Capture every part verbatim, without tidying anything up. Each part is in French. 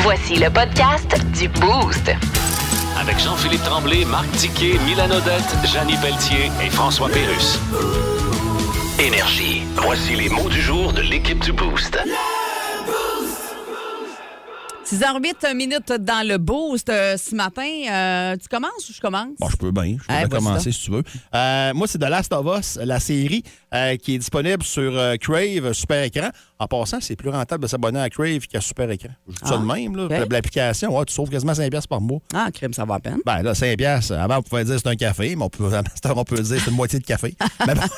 Voici le podcast du Boost. Avec Jean-Philippe Tremblay, Marc Tiquet, Milan Odette, Jannie Pelletier et François Pérusse. Énergie. Voici les mots du jour de l'équipe du Boost. six heures huit minutes dans le Boost euh, ce matin. Euh, tu commences ou je commence? Bon, je peux bien. Je peux Eh, bien commencer si tu veux. Euh, moi, c'est The Last of Us, la série euh, qui est disponible sur euh, Crave, Super Écran. En passant, c'est plus rentable de s'abonner à Crave qu'à Super Écran. Je dis ça Ah, de même. Là. okay. L'application, ouais, tu sauves quasiment cinq dollars par mois. Ah, crème, ça va à peine. Ben là, cinq dollars. Avant, on pouvait dire que c'est un café, mais on peut, on peut dire que c'est une moitié de café. mais, bon,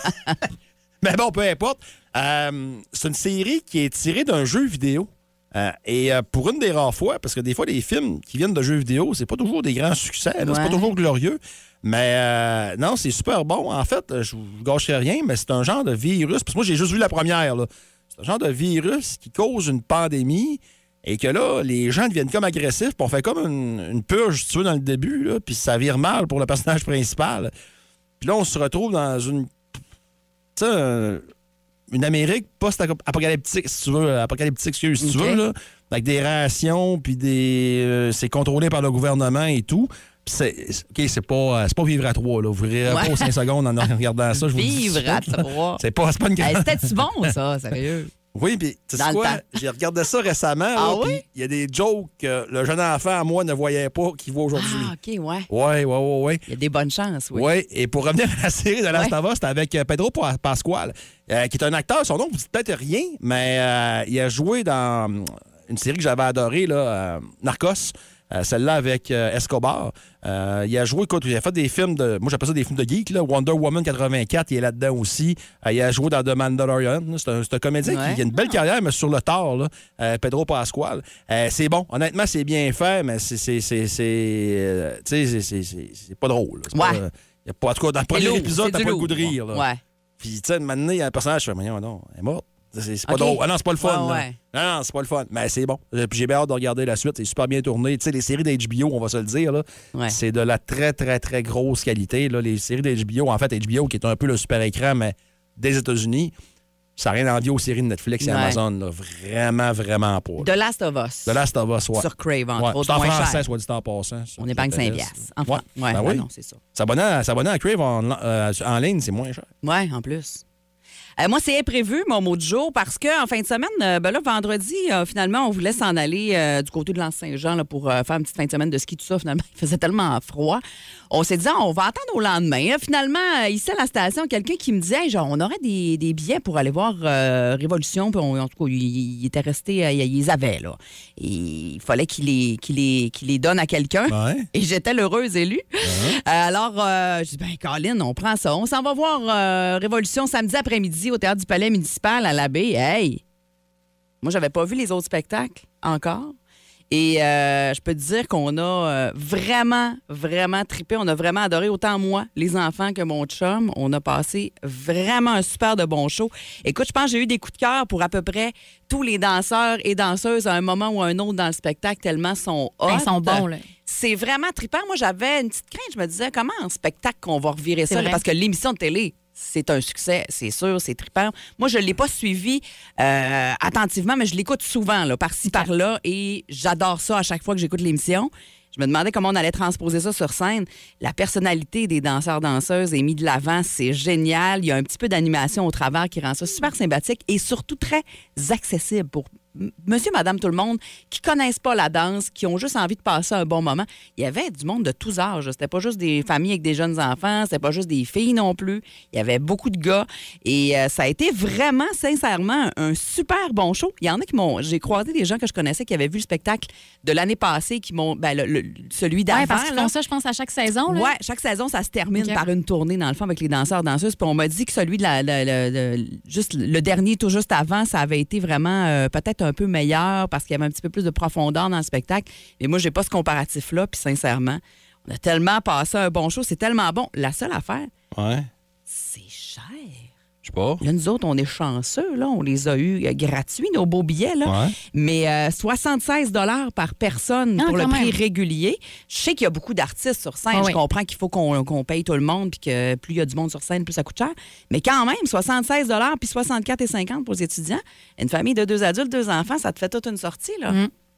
mais bon, peu importe. Euh, c'est une série qui est tirée d'un jeu vidéo. Euh, et euh, pour une des rares fois, parce que des fois, les films qui viennent de jeux vidéo, c'est pas toujours des grands succès, là, Ouais. c'est pas toujours glorieux. Mais euh, non, c'est super bon. En fait, je vous gâcherai rien, mais c'est un genre de virus. Parce que moi, j'ai juste vu la première. Là. C'est un genre de virus qui cause une pandémie et que là, les gens deviennent comme agressifs. Puis on fait comme une, une purge, si tu veux, dans le début. Là, puis ça vire mal pour le personnage principal. Puis là, on se retrouve dans une... Tu sais, un- une Amérique post-apocalyptique, si tu veux, apocalyptique, excuse, si tu OK. veux, là, avec des rations, puis des... euh, c'est contrôlé par le gouvernement et tout. Puis c'est... OK, c'est pas, euh, c'est pas vivre à trois, là. Vous rirez Ouais. pas aux cinq secondes en regardant ça, je vous le dis. Vivre tout de à suite, là. trois. C'est pas, c'est pas une grande... Hey, C'était-tu bon, ça, sérieux? Oui, puis tu sais Dans le quoi? temps. J'ai regardé ça récemment, Ah là, oui? puis il y a des jokes que le jeune enfant à moi ne voyait pas qu'il voit aujourd'hui. Ah, OK, ouais. Ouais, ouais, ouais, ouais. Il y a des bonnes chances, oui. Oui, et pour revenir à la série de Last Ouais. of Us, c'était avec euh, Pedro Pa- Pascal, euh, qui est un acteur. Son nom vous dit peut-être rien, mais euh, il a joué dans euh, une série que j'avais adorée, là, euh, Narcos, euh, celle-là avec euh, Escobar. Euh, il a joué, écoute, il a fait des films de... Moi, j'appelle ça des films de geek, là. Wonder Woman quatre-vingt-quatre, il est là-dedans aussi. Euh, il a joué dans The Mandalorian. là. C'est un, c'est un comédien Ouais. qui a une belle carrière, mais sur le tard, là, euh, Pedro Pascal. Euh, c'est bon. Honnêtement, c'est bien fait, mais c'est... c'est, c'est, c'est, euh, tu sais, c'est, c'est, c'est, c'est pas drôle. là. C'est Ouais. pas, euh, y a pas, en tout cas, dans le C'est premier lourd, épisode, c'est t'as du pas le goût de lourd. rire. Là. Ouais. Puis, tu sais, maintenant, il y a un personnage, je fais, voyons, non, elle est morte. C'est, c'est pas OK. drôle. Ah non, c'est pas le fun. Ouais, là. ouais. Non, non, c'est pas le fun. Mais c'est bon. Euh, Puis j'ai bien hâte de regarder la suite. C'est super bien tourné. Tu sais, les séries d'H B O, on va se le dire, là, Ouais. c'est de la très, très, très grosse qualité. Là. Les séries d'H B O, en fait, H B O, qui est un peu le super écran, mais des États-Unis, ça n'a rien à envier aux séries de Netflix et Ouais. Amazon. Là. Vraiment, vraiment pas. The Last of Us. The Last of Us, ouais. Sur Crave, entre Ouais. autres, C'est en moins français, cher. soit dit en passant. On épargne cinq piastres. piastres. En France. Ouais, Ben ouais, oui. non, c'est ça. S'abonner à, s'abonner à Crave en, euh, en ligne, c'est moins cher. Oui, en plus. Euh, moi, c'est imprévu, mon mot du jour, parce qu'en fin de semaine, euh, ben là, vendredi, euh, finalement, on voulait s'en aller euh, du côté de l'Anse-Saint-Jean là, pour euh, faire une petite fin de semaine de ski, tout ça. Finalement, il faisait tellement froid. On s'est dit, ah, on va attendre au lendemain. Hein. Finalement, euh, ici à la station, quelqu'un qui me disait, hey, genre, on aurait des, des billets pour aller voir euh, Révolution. Puis on- en tout cas, il, il était resté, euh, il, il les avait, là. Et il fallait qu'il les, qu'il les, qu'il les donne à quelqu'un. Ouais. Et j'étais l'heureuse élue. Euh, alors, euh, je dis, ben, Colin, on prend ça. On s'en va voir euh, Révolution samedi après-midi au Théâtre du Palais municipal à la baie. Hey! Moi, j'avais pas vu les autres spectacles encore. Et euh, je peux te dire qu'on a euh, vraiment, vraiment trippé. On a vraiment adoré, autant moi, les enfants, que mon chum. On a passé vraiment un super de bon show. Écoute, je pense que j'ai eu des coups de cœur pour à peu près tous les danseurs et danseuses à un moment ou un autre dans le spectacle, tellement sont hot. Ils sont bons, là. C'est vraiment trippant. Moi, j'avais une petite crainte. Je me disais, comment en spectacle qu'on va revirer C'est ça? vrai. Parce que l'émission de télé, c'est un succès, c'est sûr, c'est trippant. Moi, je ne l'ai pas suivi euh, attentivement, mais je l'écoute souvent, là, par-ci, par-là, et j'adore ça à chaque fois que j'écoute l'émission. Je me demandais comment on allait transposer ça sur scène. La personnalité des danseurs-danseuses est mise de l'avant, c'est génial. Il y a un petit peu d'animation au travers qui rend ça super sympathique et surtout très accessible pour m- monsieur, madame, tout le monde qui connaissent pas la danse, qui ont juste envie de passer un bon moment. Il y avait du monde de tous âges. C'était pas juste des familles avec des jeunes enfants, c'était pas juste des filles non plus. Il y avait beaucoup de gars. Et euh, ça a été vraiment, sincèrement, un super bon show. Il y en a qui m'ont... J'ai croisé des gens que je connaissais qui avaient vu le spectacle de l'année passée, qui m'ont... Ben, le, le- celui d'avant. Oui, parce qu'ils là. font ça, je pense, à chaque saison. Là. Ouais, chaque saison, ça se termine OK. par une tournée, dans le fond, avec les danseurs-danseuses. Puis on m'a dit que celui de la, la- la- la- juste le dernier, tout juste avant, ça avait été vraiment euh, peut-être un peu meilleur parce qu'il y avait un petit peu plus de profondeur dans le spectacle. Mais moi, j'ai pas ce comparatif-là. Puis sincèrement, on a tellement passé un bon show. C'est tellement bon. La seule affaire, Ouais. c'est cher. Je sais pas. Là, nous autres, on est chanceux. Là. On les a eus euh, gratuits, nos beaux billets. Là. Ouais. Mais euh, soixante-seize dollars par personne Ah, pour le quand prix même. régulier. Je sais qu'il y a beaucoup d'artistes sur scène. Ah Je oui. comprends qu'il faut qu'on qu'on paye tout le monde puis que plus il y a du monde sur scène, plus ça coûte cher. Mais quand même, soixante-seize dollars puis soixante-quatre et cinquante pour les étudiants. Une famille de deux adultes, deux enfants, ça te fait toute une sortie. Là. Mm.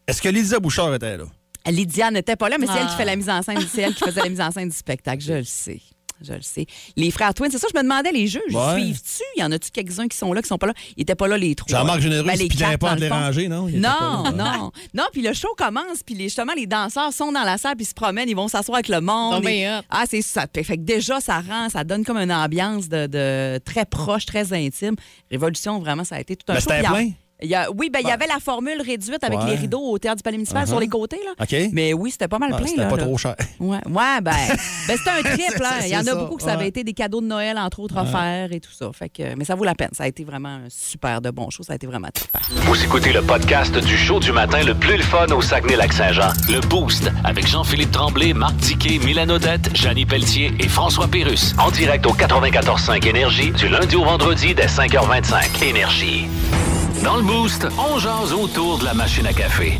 Est-ce que Lydia Bouchard était là? Lydia n'était pas là, mais c'est Ah. elle qui fait la mise en scène. C'est elle qui faisait la mise en scène du spectacle. Je le sais. Je le sais. Les frères Twins, c'est ça, je me demandais, les juges, Ouais. suivent-tu? Il y en a-tu quelques-uns qui sont là, qui sont pas là? Ils n'étaient pas là, les trois. Jean-Marc Généreux, Ben, il les ne quatre, pas à dans le fond. déranger, non? Il était pas Non, là. non. Non, puis le show commence, puis les- justement, les danseurs sont dans la salle, puis ils se promènent, ils vont s'asseoir avec le monde. Donc, et- ben hot. Ah, c'est ça. Fait que déjà, ça rend, ça donne comme une ambiance de, de très proche, très intime. Révolution, vraiment, ça a été tout un Mais show. c'était Puis il y a- plein? il y a- oui, ben, il y avait la formule réduite avec Ouais. les rideaux au théâtre du Palais municipal Uh-huh. sur les côtés. Là. OK. Mais oui, c'était pas mal Ah, plein. c'était là, pas là. trop cher. Ouais, ouais ben, ben c'était un trip. Là. Il y en a C'est ça, beaucoup que ça avait ouais. été des cadeaux de Noël, entre autres, offerts et tout ça. Fait que, mais ça vaut la peine. Ça a été vraiment un super de bon show. Ça a été vraiment super. Vous écoutez le podcast du show du matin le plus le fun au Saguenay-Lac-Saint-Jean. Le Boost avec Jean-Philippe Tremblay, Marc Tiquet, Milan Odette, Janine Pelletier et François Pérusse. En direct au quatre-vingt-quatorze cinq Énergie du lundi au vendredi dès cinq heures vingt-cinq. Énergie. Dans le Boost, on jase autour de la machine à café.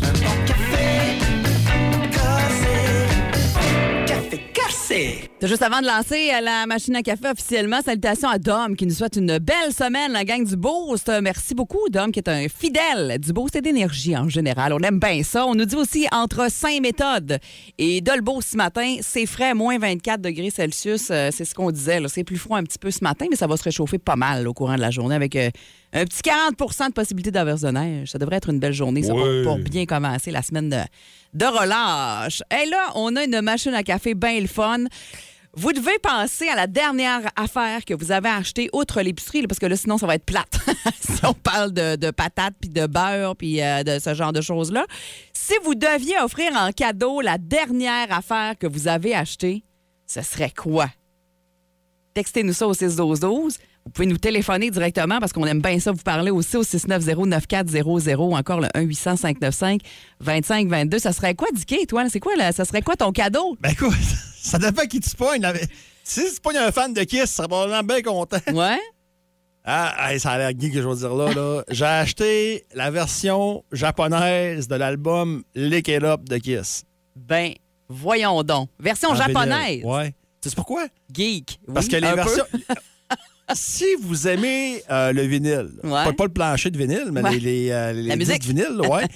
C'est juste avant de lancer euh, la machine à café officiellement, salutations à Dom qui nous souhaite une belle semaine, la gang du Boost. Merci beaucoup, Dom, qui est un fidèle du Boost et d'énergie en général. On aime bien ça. On nous dit aussi entre Saint-Méthode et Dolbeau ce matin, c'est frais, moins vingt-quatre degrés Celsius. Euh, c'est ce qu'on disait. Là. C'est plus froid un petit peu ce matin, mais ça va se réchauffer pas mal là, au courant de la journée avec euh, un petit quarante pour cent de possibilité d'averse de neige. Ça devrait être une belle journée ça, Oui. pour, pour bien commencer la semaine de, de relâche. Et là, on a une machine à café bien le fun. Vous devez penser à la dernière affaire que vous avez achetée, outre l'épicerie, là, parce que là, sinon, ça va être plate. Si on parle de, de patates, puis de beurre, puis euh, de ce genre de choses-là. Si vous deviez offrir en cadeau la dernière affaire que vous avez achetée, ce serait quoi? Textez-nous ça au six douze douze. Vous pouvez nous téléphoner directement parce qu'on aime bien ça vous parler aussi au six neuf zéro neuf quatre zéro zéro ou encore le un huit cent cinq neuf cinq deux cinq deux deux. Ça serait quoi, Dicky, toi? C'est quoi, là? Ça serait quoi ton cadeau? Ben écoute, ça dépend qui tu pognes. là. Si tu pognes un fan de Kiss, tu serais probablement bien content. Ouais? Ah, hey, ça a l'air gay que je veux dire là. là. J'ai acheté la version japonaise de l'album Lick It Up de Kiss. Ben, voyons donc. Version En japonaise. vinyle. Ouais. Tu sais pourquoi? Geek. Parce Oui, que les un peu. versions. Si vous aimez euh, le vinyle, Ouais. pas, pas le plancher de vinyle, mais Ouais. les, les, euh, les La disques musique. vinyles, ouais.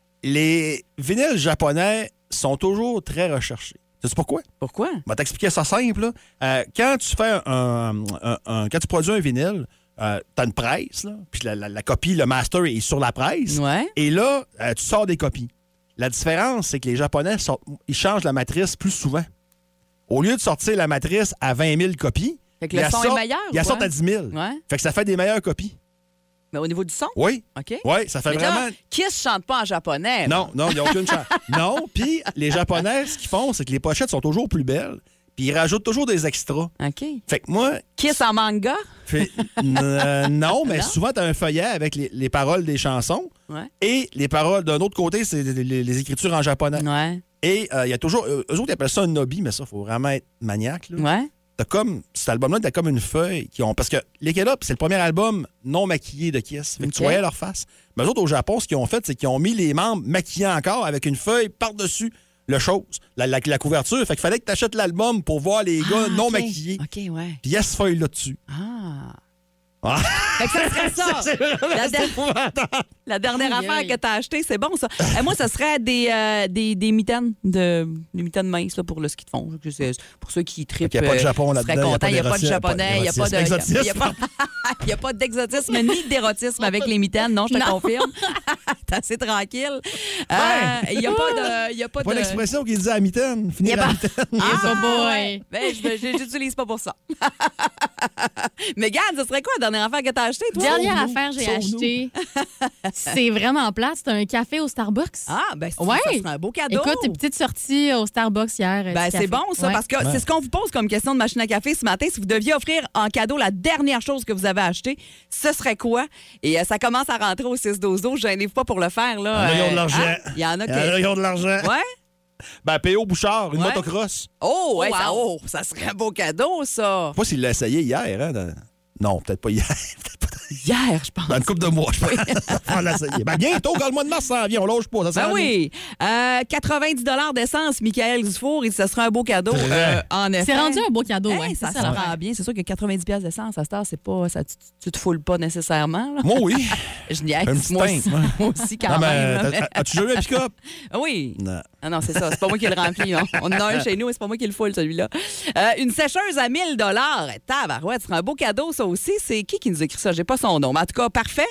Les vinyles japonais sont toujours très recherchés. Tu sais pourquoi? Pourquoi? Je vais t'expliquer ça simple. là. Euh, quand tu fais un, un- un- quand tu produis un vinyle, euh, tu as une presse, là, puis la, la- la copie, le master est sur la presse. Ouais. Et là, euh, tu sors des copies. La différence, c'est que les Japonais sortent- ils changent la matrice plus souvent. Au lieu de sortir la matrice à vingt mille copies, Fait que ils le la son est sortent- meilleur, Ils la ou sortent quoi? à dix mille. Ouais. Fait que ça fait des meilleures copies. Mais au niveau du son? Oui. OK. Oui, ça fait Mais là, vraiment. Kiss chante pas en japonais. là. Non, non, il n'y a aucune chance. Non, puis les Japonais, ce qu'ils font, c'est que les pochettes sont toujours plus belles, puis ils rajoutent toujours des extras. OK. Fait que moi, Kiss en manga? fait- euh, non, mais Non? souvent, tu as un feuillet avec les, les paroles des chansons Ouais. et les paroles d'un autre côté, c'est les, les- les écritures en japonais. Ouais. Et euh, il y a toujours. Eux autres, ils appellent ça un hobby, mais ça, il faut vraiment être maniaque. Là. Ouais. T'as comme. Cet album-là, t'as comme une feuille qui ont. Parce que Lick It Up, c'est le premier album non maquillé de Kiss. Fait que OK. tu voyais leur face. Mais eux autres, au Japon, ce qu'ils ont fait, c'est qu'ils ont mis les membres maquillés encore avec une feuille par-dessus le chose, la, la, la couverture. Fait qu'il fallait que tu achètes l'album pour voir les gars Ah, non OK. maquillés. OK, ouais. Puis il y a ce feuille-là dessus. Ah. Ah. Fait que ça serait ça. La, der- la dernière Aïe, affaire aïe. que tu as achetée, c'est bon, ça. Euh, moi, ça serait des, euh, des, des mitaines, de, des mitaines minces là, pour le ski de fond. Que c'est- Pour ceux qui trippent. Fait qu'il y a pas de Japon euh, seraient là-dedans, il y a contents. pas Il n'y a pas de d'érotisme, japonais, il n'y a pas de. d'érotisme. Il y a pas, il y a pas d'exotisme ni d'érotisme avec les mitaines, non, je te Non. confirme. T'es assez tranquille. Euh, Il n'y a pas de. Il y a pas Pas de... l'expression qu'ils disent à la mitaine. Il y Finir a à la pas- mitaine. Ah, boy. ouais. Ben, je je- j'utilise pas pour ça. Mais Gad, ce serait quoi la dernière affaire que t'as achetée, toi? Dernière Sauve-nous. affaire que j'ai Sauve-nous. acheté. C'est vraiment plate. C'est un café au Starbucks. Ah, ben, c'est- Ouais. ça serait un beau cadeau. Écoute, une petite sortie au Starbucks hier. euh, Ben, du c'est café. bon, ça, Ouais. parce que c'est ce qu'on vous pose comme question de machine à café ce matin. Si vous deviez offrir en cadeau la dernière chose que vous avez achetée, ce serait quoi? Et euh, ça commence à rentrer au six douze douze. Gênez-vous pas pour le faire, là. Il y en a qui ont de Euh, l'argent. hein? Il y en a Il y en a qui... qui ont de l'argent. Ouais? Ben, P O Bouchard, une Ouais. motocross. Oh, ouais, Oh, ça, wow. oh, ça serait un beau cadeau, ça. Je sais pas s'il l'a essayé hier, hein, dans, Non, peut-être pas hier. Hier, je pense. Dans une couple de mois, je pense. On va l'essayer. Ben, bientôt, quand le mois de mars s'en vient, on lâche pas. Ça Ben s'en oui. Euh, quatre-vingt-dix d'essence, Michael Dufour, et ce sera un beau cadeau. Très. Euh, en effet. C'est rendu un beau cadeau, Hey, ouais, ça c'est se ça, rend ouais. bien. C'est sûr que quatre-vingt-dix d'essence, à cette heure, c'est pas, ça, tu, tu te foules pas nécessairement. Là. Moi, oui. Je niaise. Un petit Moi teint, aussi, ouais. moi aussi, quand Non, mais même. là, t'as- mais- as-tu déjà eu un pick-up? Oui. Non. Ah non, c'est ça. C'est pas moi qui le remplis. On, on en a un chez nous et c'est pas moi qui le foule, celui-là. Euh, une sécheuse à mille dollars. Tabarouette, ce sera un beau cadeau, ça aussi. C'est qui qui nous écrit ça? J'ai pas son nom. Mais en tout cas, parfait.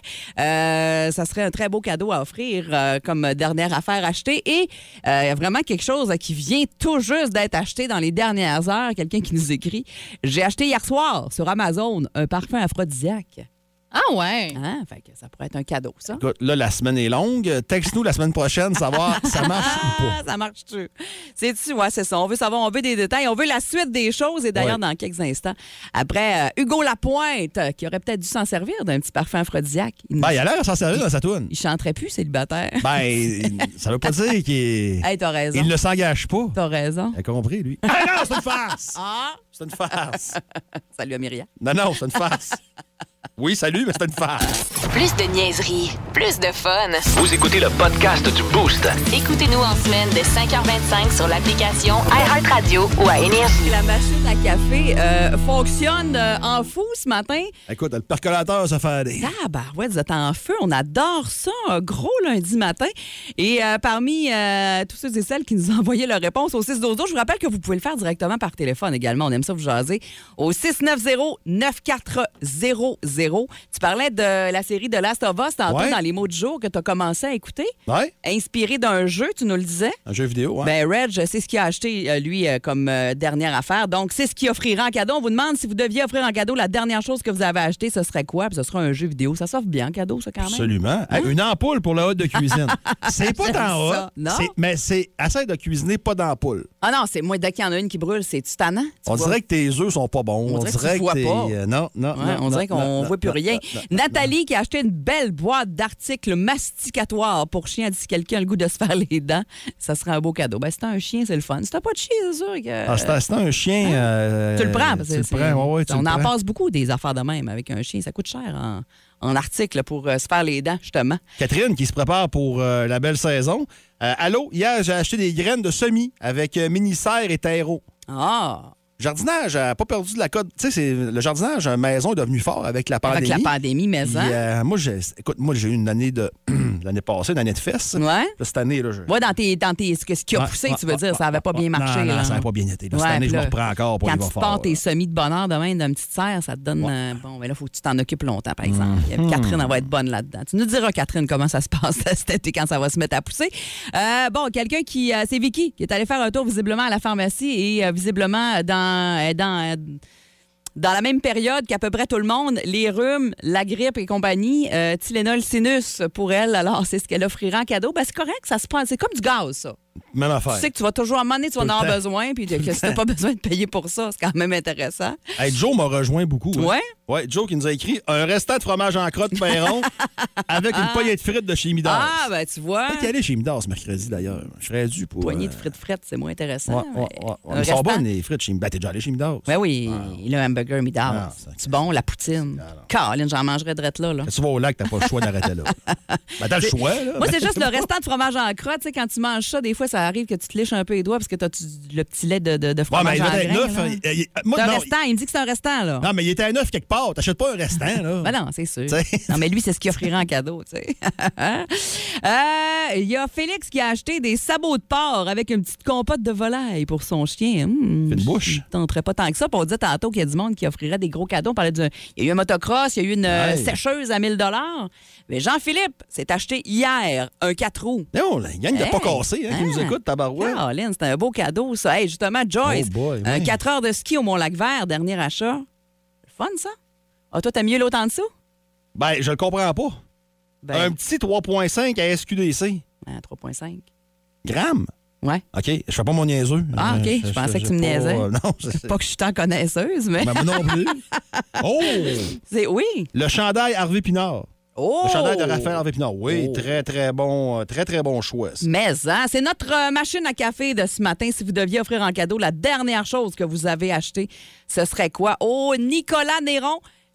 Euh, ça serait un très beau cadeau à offrir euh, comme dernière affaire achetée. Et euh, vraiment quelque chose qui vient tout juste d'être acheté dans les dernières heures. Quelqu'un qui nous écrit. J'ai acheté hier soir sur Amazon un parfum aphrodisiaque. Ah ouais. Hein? Fait que ça pourrait être un cadeau, ça. Écoute, là, la semaine est longue. Texte-nous la semaine prochaine, savoir si ça marche ou pas. Ah, ça marche-tu? C'est-tu? Ouais, c'est ça. On veut savoir, on veut des détails, on veut la suite des choses. Et d'ailleurs, Ouais. dans quelques instants, après, euh, Hugo Lapointe, euh, qui aurait peut-être dû s'en servir d'un petit parfum aphrodisiaque. Il, Ben, il a l'air à s'en servir dans sa toune. il chanterait plus, célibataire. Ben, ça veut pas dire qu'il est... Hey, t'as raison. il ne s'engage pas. T'as raison. Il a compris, lui. Ah non, c'est une farce! Ah! C'est une farce. Salut à Myriam. Non, non, c'est une farce. Oui, salut, mais c'est une farce. Plus de niaiserie, plus de fun. Vous écoutez le podcast du Boost. Écoutez-nous en semaine de cinq heures vingt-cinq sur l'application iHeartRadio ou à Énergie. La machine à café euh, fonctionne euh, en fou ce matin. Écoute, le percolateur, ça fait aller. Ah, bah ouais, vous êtes en feu. On adore ça. Un gros lundi matin. Et euh, parmi euh, tous ceux et celles qui nous ont envoyé leur réponse au six douze, je vous rappelle que vous pouvez le faire directement par téléphone également. On aime ça vous jaser. Au six neuf zéro neuf quatre zéro zéro. Tu parlais de la série de Last of Us tantôt Ouais. dans les mots du jour que tu as commencé à écouter. Ouais, Inspiré d'un jeu, tu nous le disais. un jeu vidéo, hein. Ben, Reg, c'est ce qu'il a acheté, euh, lui, euh, comme euh, dernière affaire. Donc, c'est ce qu'il offrira en cadeau. On vous demande si vous deviez offrir en cadeau la dernière chose que vous avez acheté, ce serait quoi? Puis ce sera un jeu vidéo. Ça s'offre bien en cadeau, ça, quand même. Absolument. Hey, une ampoule pour la hotte de cuisine. C'est pas J'aime tant ça. hot. Non. c'est- Mais c'est essaie de cuisiner pas d'ampoule. Ah non, c'est moi, dès qu'il y en a une qui brûle, c'est tannant. Tu On vois? dirait que tes œufs sont pas bons. On dirait que tu vois t'es- pas. euh, non, non, Ouais, non. on dirait non, qu'on non, voit plus non, rien. non, non, non. Nathalie qui a acheté une belle boîte d'articles masticatoires pour chien, si quelqu'un a le goût de se faire les dents, ça serait un beau cadeau. Ben, si t'as un chien, c'est le fun. Si t'as pas de chien, c'est sûr que... Ah, c'est un- c'est un chien. euh, Tu le prends. Parce tu que le c'est- prends, ouais, ouais, tu on le en prends. passe beaucoup des affaires de même avec un chien. Ça coûte cher en, en articles pour euh, se faire les dents, justement. Catherine qui se prépare pour euh, la belle saison. Euh, allô, hier, j'ai acheté des graines de semis avec euh, mini-serre et terreau. Ah! Jardinage n'a pas perdu de la cote. Tu sais, c'est- le jardinage à maison est devenu fort avec la pandémie. Avec la pandémie, mais Puis, hein? euh, moi, j'ai, écoute, moi, j'ai eu une année de. l'année passée, une année de fesses. Ouais? Là, cette année, là, je. Ouais, dans tes, dans tes, ce que- ce qui a Ouais, poussé, ouais, tu veux ouais, dire, ça n'avait pas bien non, marché. Non, là. ça n'a pas bien été. Là, cette Ouais, année, puis je me là, reprends encore pour Quand y va tu fort. pars tes là. semis de bonheur demain d'une petite serre, ça te donne. Ouais. euh, bon, mais là, il faut que tu t'en occupes longtemps, par exemple. Mm. Puis Catherine, elle va être bonne là-dedans. Tu nous diras, Catherine, comment ça se passe cet été quand ça va se mettre à pousser. Euh, bon, quelqu'un qui. euh, c'est Vicky qui est allé faire un tour visiblement à la pharmacie et euh, visiblement dans. euh, dans euh, Dans la même période qu'à peu près tout le monde, les rhumes, la grippe et compagnie, euh, Tylenol sinus pour elle. Alors, c'est ce qu'elle offrira en cadeau. Ben, c'est correct, ça se prend. C'est comme du gaz, ça. Même affaire. Tu sais que tu vas toujours, à un moment donné, tu vas en Tout le avoir temps. besoin, puis que si tu n'as pas besoin de payer pour ça, c'est quand même intéressant. Hey, Joe m'a rejoint beaucoup. hein. Ouais? Ouais, Joe qui nous a écrit un restant de fromage en crotte Perron avec une poignée de frites de chez Midas. Ah, ben, tu vois. Peut-être y aller chez Midas mercredi, d'ailleurs. Je serais dû pour. Poignée de euh, frites frites, c'est moins intéressant. Ouais, ouais, mais ouais, ouais. un Mais Ils sont restant- bonnes, les frites chez Midas. Ben, t'es déjà allé chez Midas. Ben oui, le hamburger Midas. Ah, ça- c'est bon, la poutine. Caroline, j'en mangerais drette là. là. Quand tu vas au lac, t'as pas le choix d'arrêter là. Ben, t'as le choix, là. Moi, c'est juste le restant de fromage en crotte. Tu sais, quand tu manges ça, des fois, ça arrive que tu te liches un peu les doigts parce que tu as le petit lait de, de, de Ouais, mais fromage il en va être grains. neuf. là. euh, euh, il- moi, C'est un non, restant. Il me dit que c'est un restant, là. non, mais il était à neuf quelque part. T'achètes pas un restant, là. Ben non, c'est sûr. T'sais. Non, mais lui, c'est ce qu'il offrira en cadeau, tu sais. Euh, Il y a Félix qui a acheté des sabots de porc avec une petite compote de volaille pour son chien. Hum, Fait une bouche. Je ne tenterais pas tant que ça. Puis on disait tantôt qu'il y a du monde qui offrirait des gros cadeaux. On parlait de... Il y a eu un motocross, il y a eu une euh, Ouais. sécheuse à mille dollars. Mais Jean-Philippe s'est acheté hier un quatre roues. Non, la gang de Hey. pas cassé, hein, qui nous Ah. écoute, tabarouette. Caroline, c'était un beau cadeau, ça. Hey, justement, Joyce, Oh boy, un ouais. quatre heures de ski au Mont-Lac-Vert, dernier achat. Fun, ça? Ah, toi, t'as mieux l'autre en dessous? Ben, je le comprends pas. Ben, Un petit trois virgule cinq à S Q D C. ah, trois virgule cinq. Grammes? Ouais. OK, je fais pas mon niaiseux. Ah, OK, Euh, je pensais que tu me j'ai niaisais. pas- Non, c'est... Pas que je suis tant connaisseuse, mais Ben, moi non plus. Oh! c'est oui. Le chandail Harvey Pinard. Oh! Le chandail de Raphaël Harvey Pinard. Oui, Oh. très, très bon, euh, très, très bon choix. ça. Mais hein, c'est notre euh, machine à café de ce matin. Si vous deviez offrir en cadeau la dernière chose que vous avez achetée, ce serait quoi? Oh, Nicolas Néron.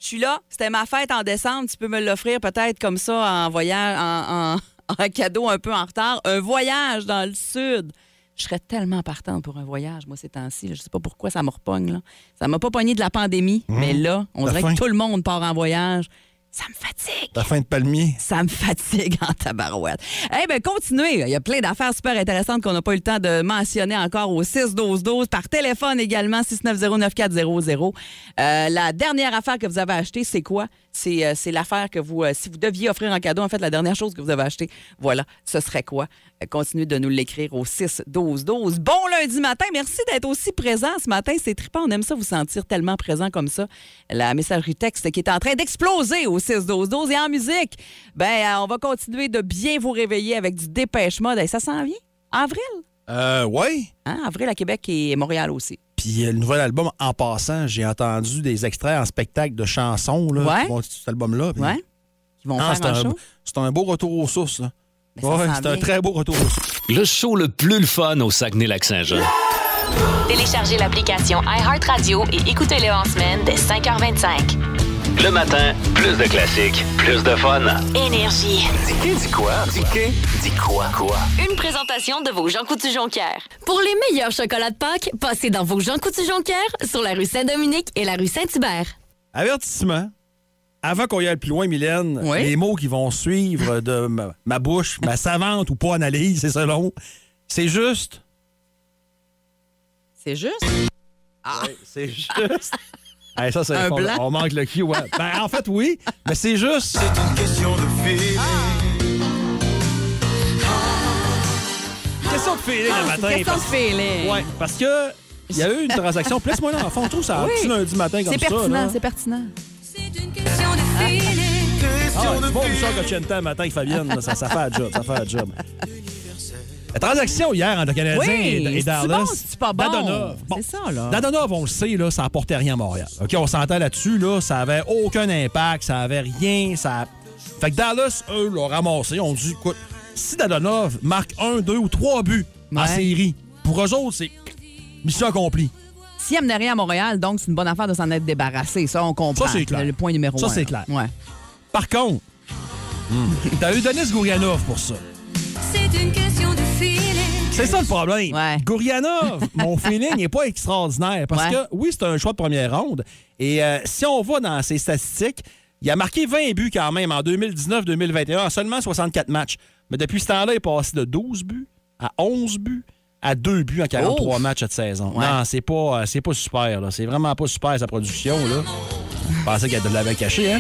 Je suis là, c'était ma fête en décembre, tu peux me l'offrir peut-être comme ça en voyage, en, en, en cadeau un peu en retard. Un voyage dans le sud. Je serais tellement partante pour un voyage, moi, ces temps-ci. Là. Je sais pas pourquoi ça me repogne. Là. Ça m'a pas pogné de la pandémie, mmh. mais là, on La dirait fin. que tout le monde part en voyage. Ça me fatigue. La fin de palmier. Ça me fatigue en tabarouette. Eh hey, bien, continuez. Il y a plein d'affaires super intéressantes qu'on n'a pas eu le temps de mentionner encore au six douze douze. Par téléphone également, six neuf zéro neuf quatre zéro zéro. Euh, la dernière affaire que vous avez achetée, c'est quoi? C'est, euh, c'est l'affaire que vous, euh, si vous deviez offrir en cadeau, en fait, la dernière chose que vous avez achetée, voilà, ce serait quoi? Euh, continuez de nous l'écrire au six douze douze. Bon lundi matin. Merci d'être aussi présent ce matin. C'est trippant. On aime ça vous sentir tellement présent comme ça. La messagerie texte qui est en train d'exploser au six douze douze. Et en musique, ben, euh, on va continuer de bien vous réveiller avec du Dépêche Mode. Et ça s'en vient? Avril? Euh, ouais. Hein? Avril à Québec et Montréal aussi. Puis euh, le nouvel album, en passant, j'ai entendu des extraits en spectacle de chansons là, Ouais. qui vont être sur cet album-là. Puis- Ouais? Qui vont Ah, faire c'est, un un, show? c'est un beau retour aux sources. Là. Ben, ça Ouais, s'en c'est un vient. très beau retour aux sources. Le show le plus le fun au Saguenay-Lac-Saint-Jean. Téléchargez l'application iHeartRadio et écoutez-le en semaine dès cinq heures vingt-cinq. Le matin, plus de classiques, plus de fun. Énergie. Dis dis quoi? Dis dis quoi? Quoi? Une présentation de vos Jean Coutu-Jonquière. Pour les meilleurs chocolats de Pâques, passez dans vos Jean Coutu-Jonquière sur la rue Saint-Dominique et la rue Saint-Hubert. Avertissement. Avant qu'on y aille plus loin, Mylène, Oui. les mots qui vont suivre de ma, ma bouche, ma savante ou pas analyse, c'est selon, c'est juste. C'est juste? Ouais, c'est juste. Hey, ça, c'est Un fort. blanc? On manque le cul, ouais. Ben, en fait, oui, mais c'est juste. C'est une question de feeling. Question de feeling le matin. Question de parce- feeling. Ouais, parce que il y a eu une transaction. Place-moi là, en fond, tout ça. Un Oui. petit lundi matin comme C'est ça. pertinent, là. c'est pertinent. Ah, ouais, c'est bon, Richard Cochenta, le matin avec Fabienne. là, ça, ça fait un job, ça fait un job. La transaction hier entre le Canadien Oui, et, et c'est-tu Dallas. bon, c'est-tu pas bon? Dadonov. Bon, C'est ça, là. Dadonov, on le sait, là, ça apportait rien à Montréal. OK, on s'entend là-dessus, là, ça avait aucun impact, ça avait rien, ça... Fait que Dallas, eux, l'ont ramassé, on dit, écoute, si Dadonov marque un, deux ou trois buts en Ouais. série, pour eux autres, c'est mission accomplie. S'il amenait rien à Montréal, donc c'est une bonne affaire de s'en être débarrassé. Ça, on comprend. Ça, c'est clair. Le, le point numéro Ça, un. c'est là. clair. Ouais. Par contre, t'as eu Denis Gourianov pour ça. C'est une question de feeling. C'est ça le problème. Ouais. Gourianov, mon feeling n'est pas extraordinaire parce Ouais. que, oui, c'est un choix de première ronde. Et euh, si on va dans ses statistiques, il a marqué vingt buts quand même en deux mille dix-neuf deux mille vingt et un en seulement soixante-quatre matchs. Mais depuis ce temps-là, il est passé de douze buts à onze buts à deux buts en quarante-trois Oh. matchs cette saison. Ouais. Non, c'est pas, euh, c'est pas super. Là. C'est vraiment pas super sa production. Là. Je pensais qu'elle l'avait caché. Hein?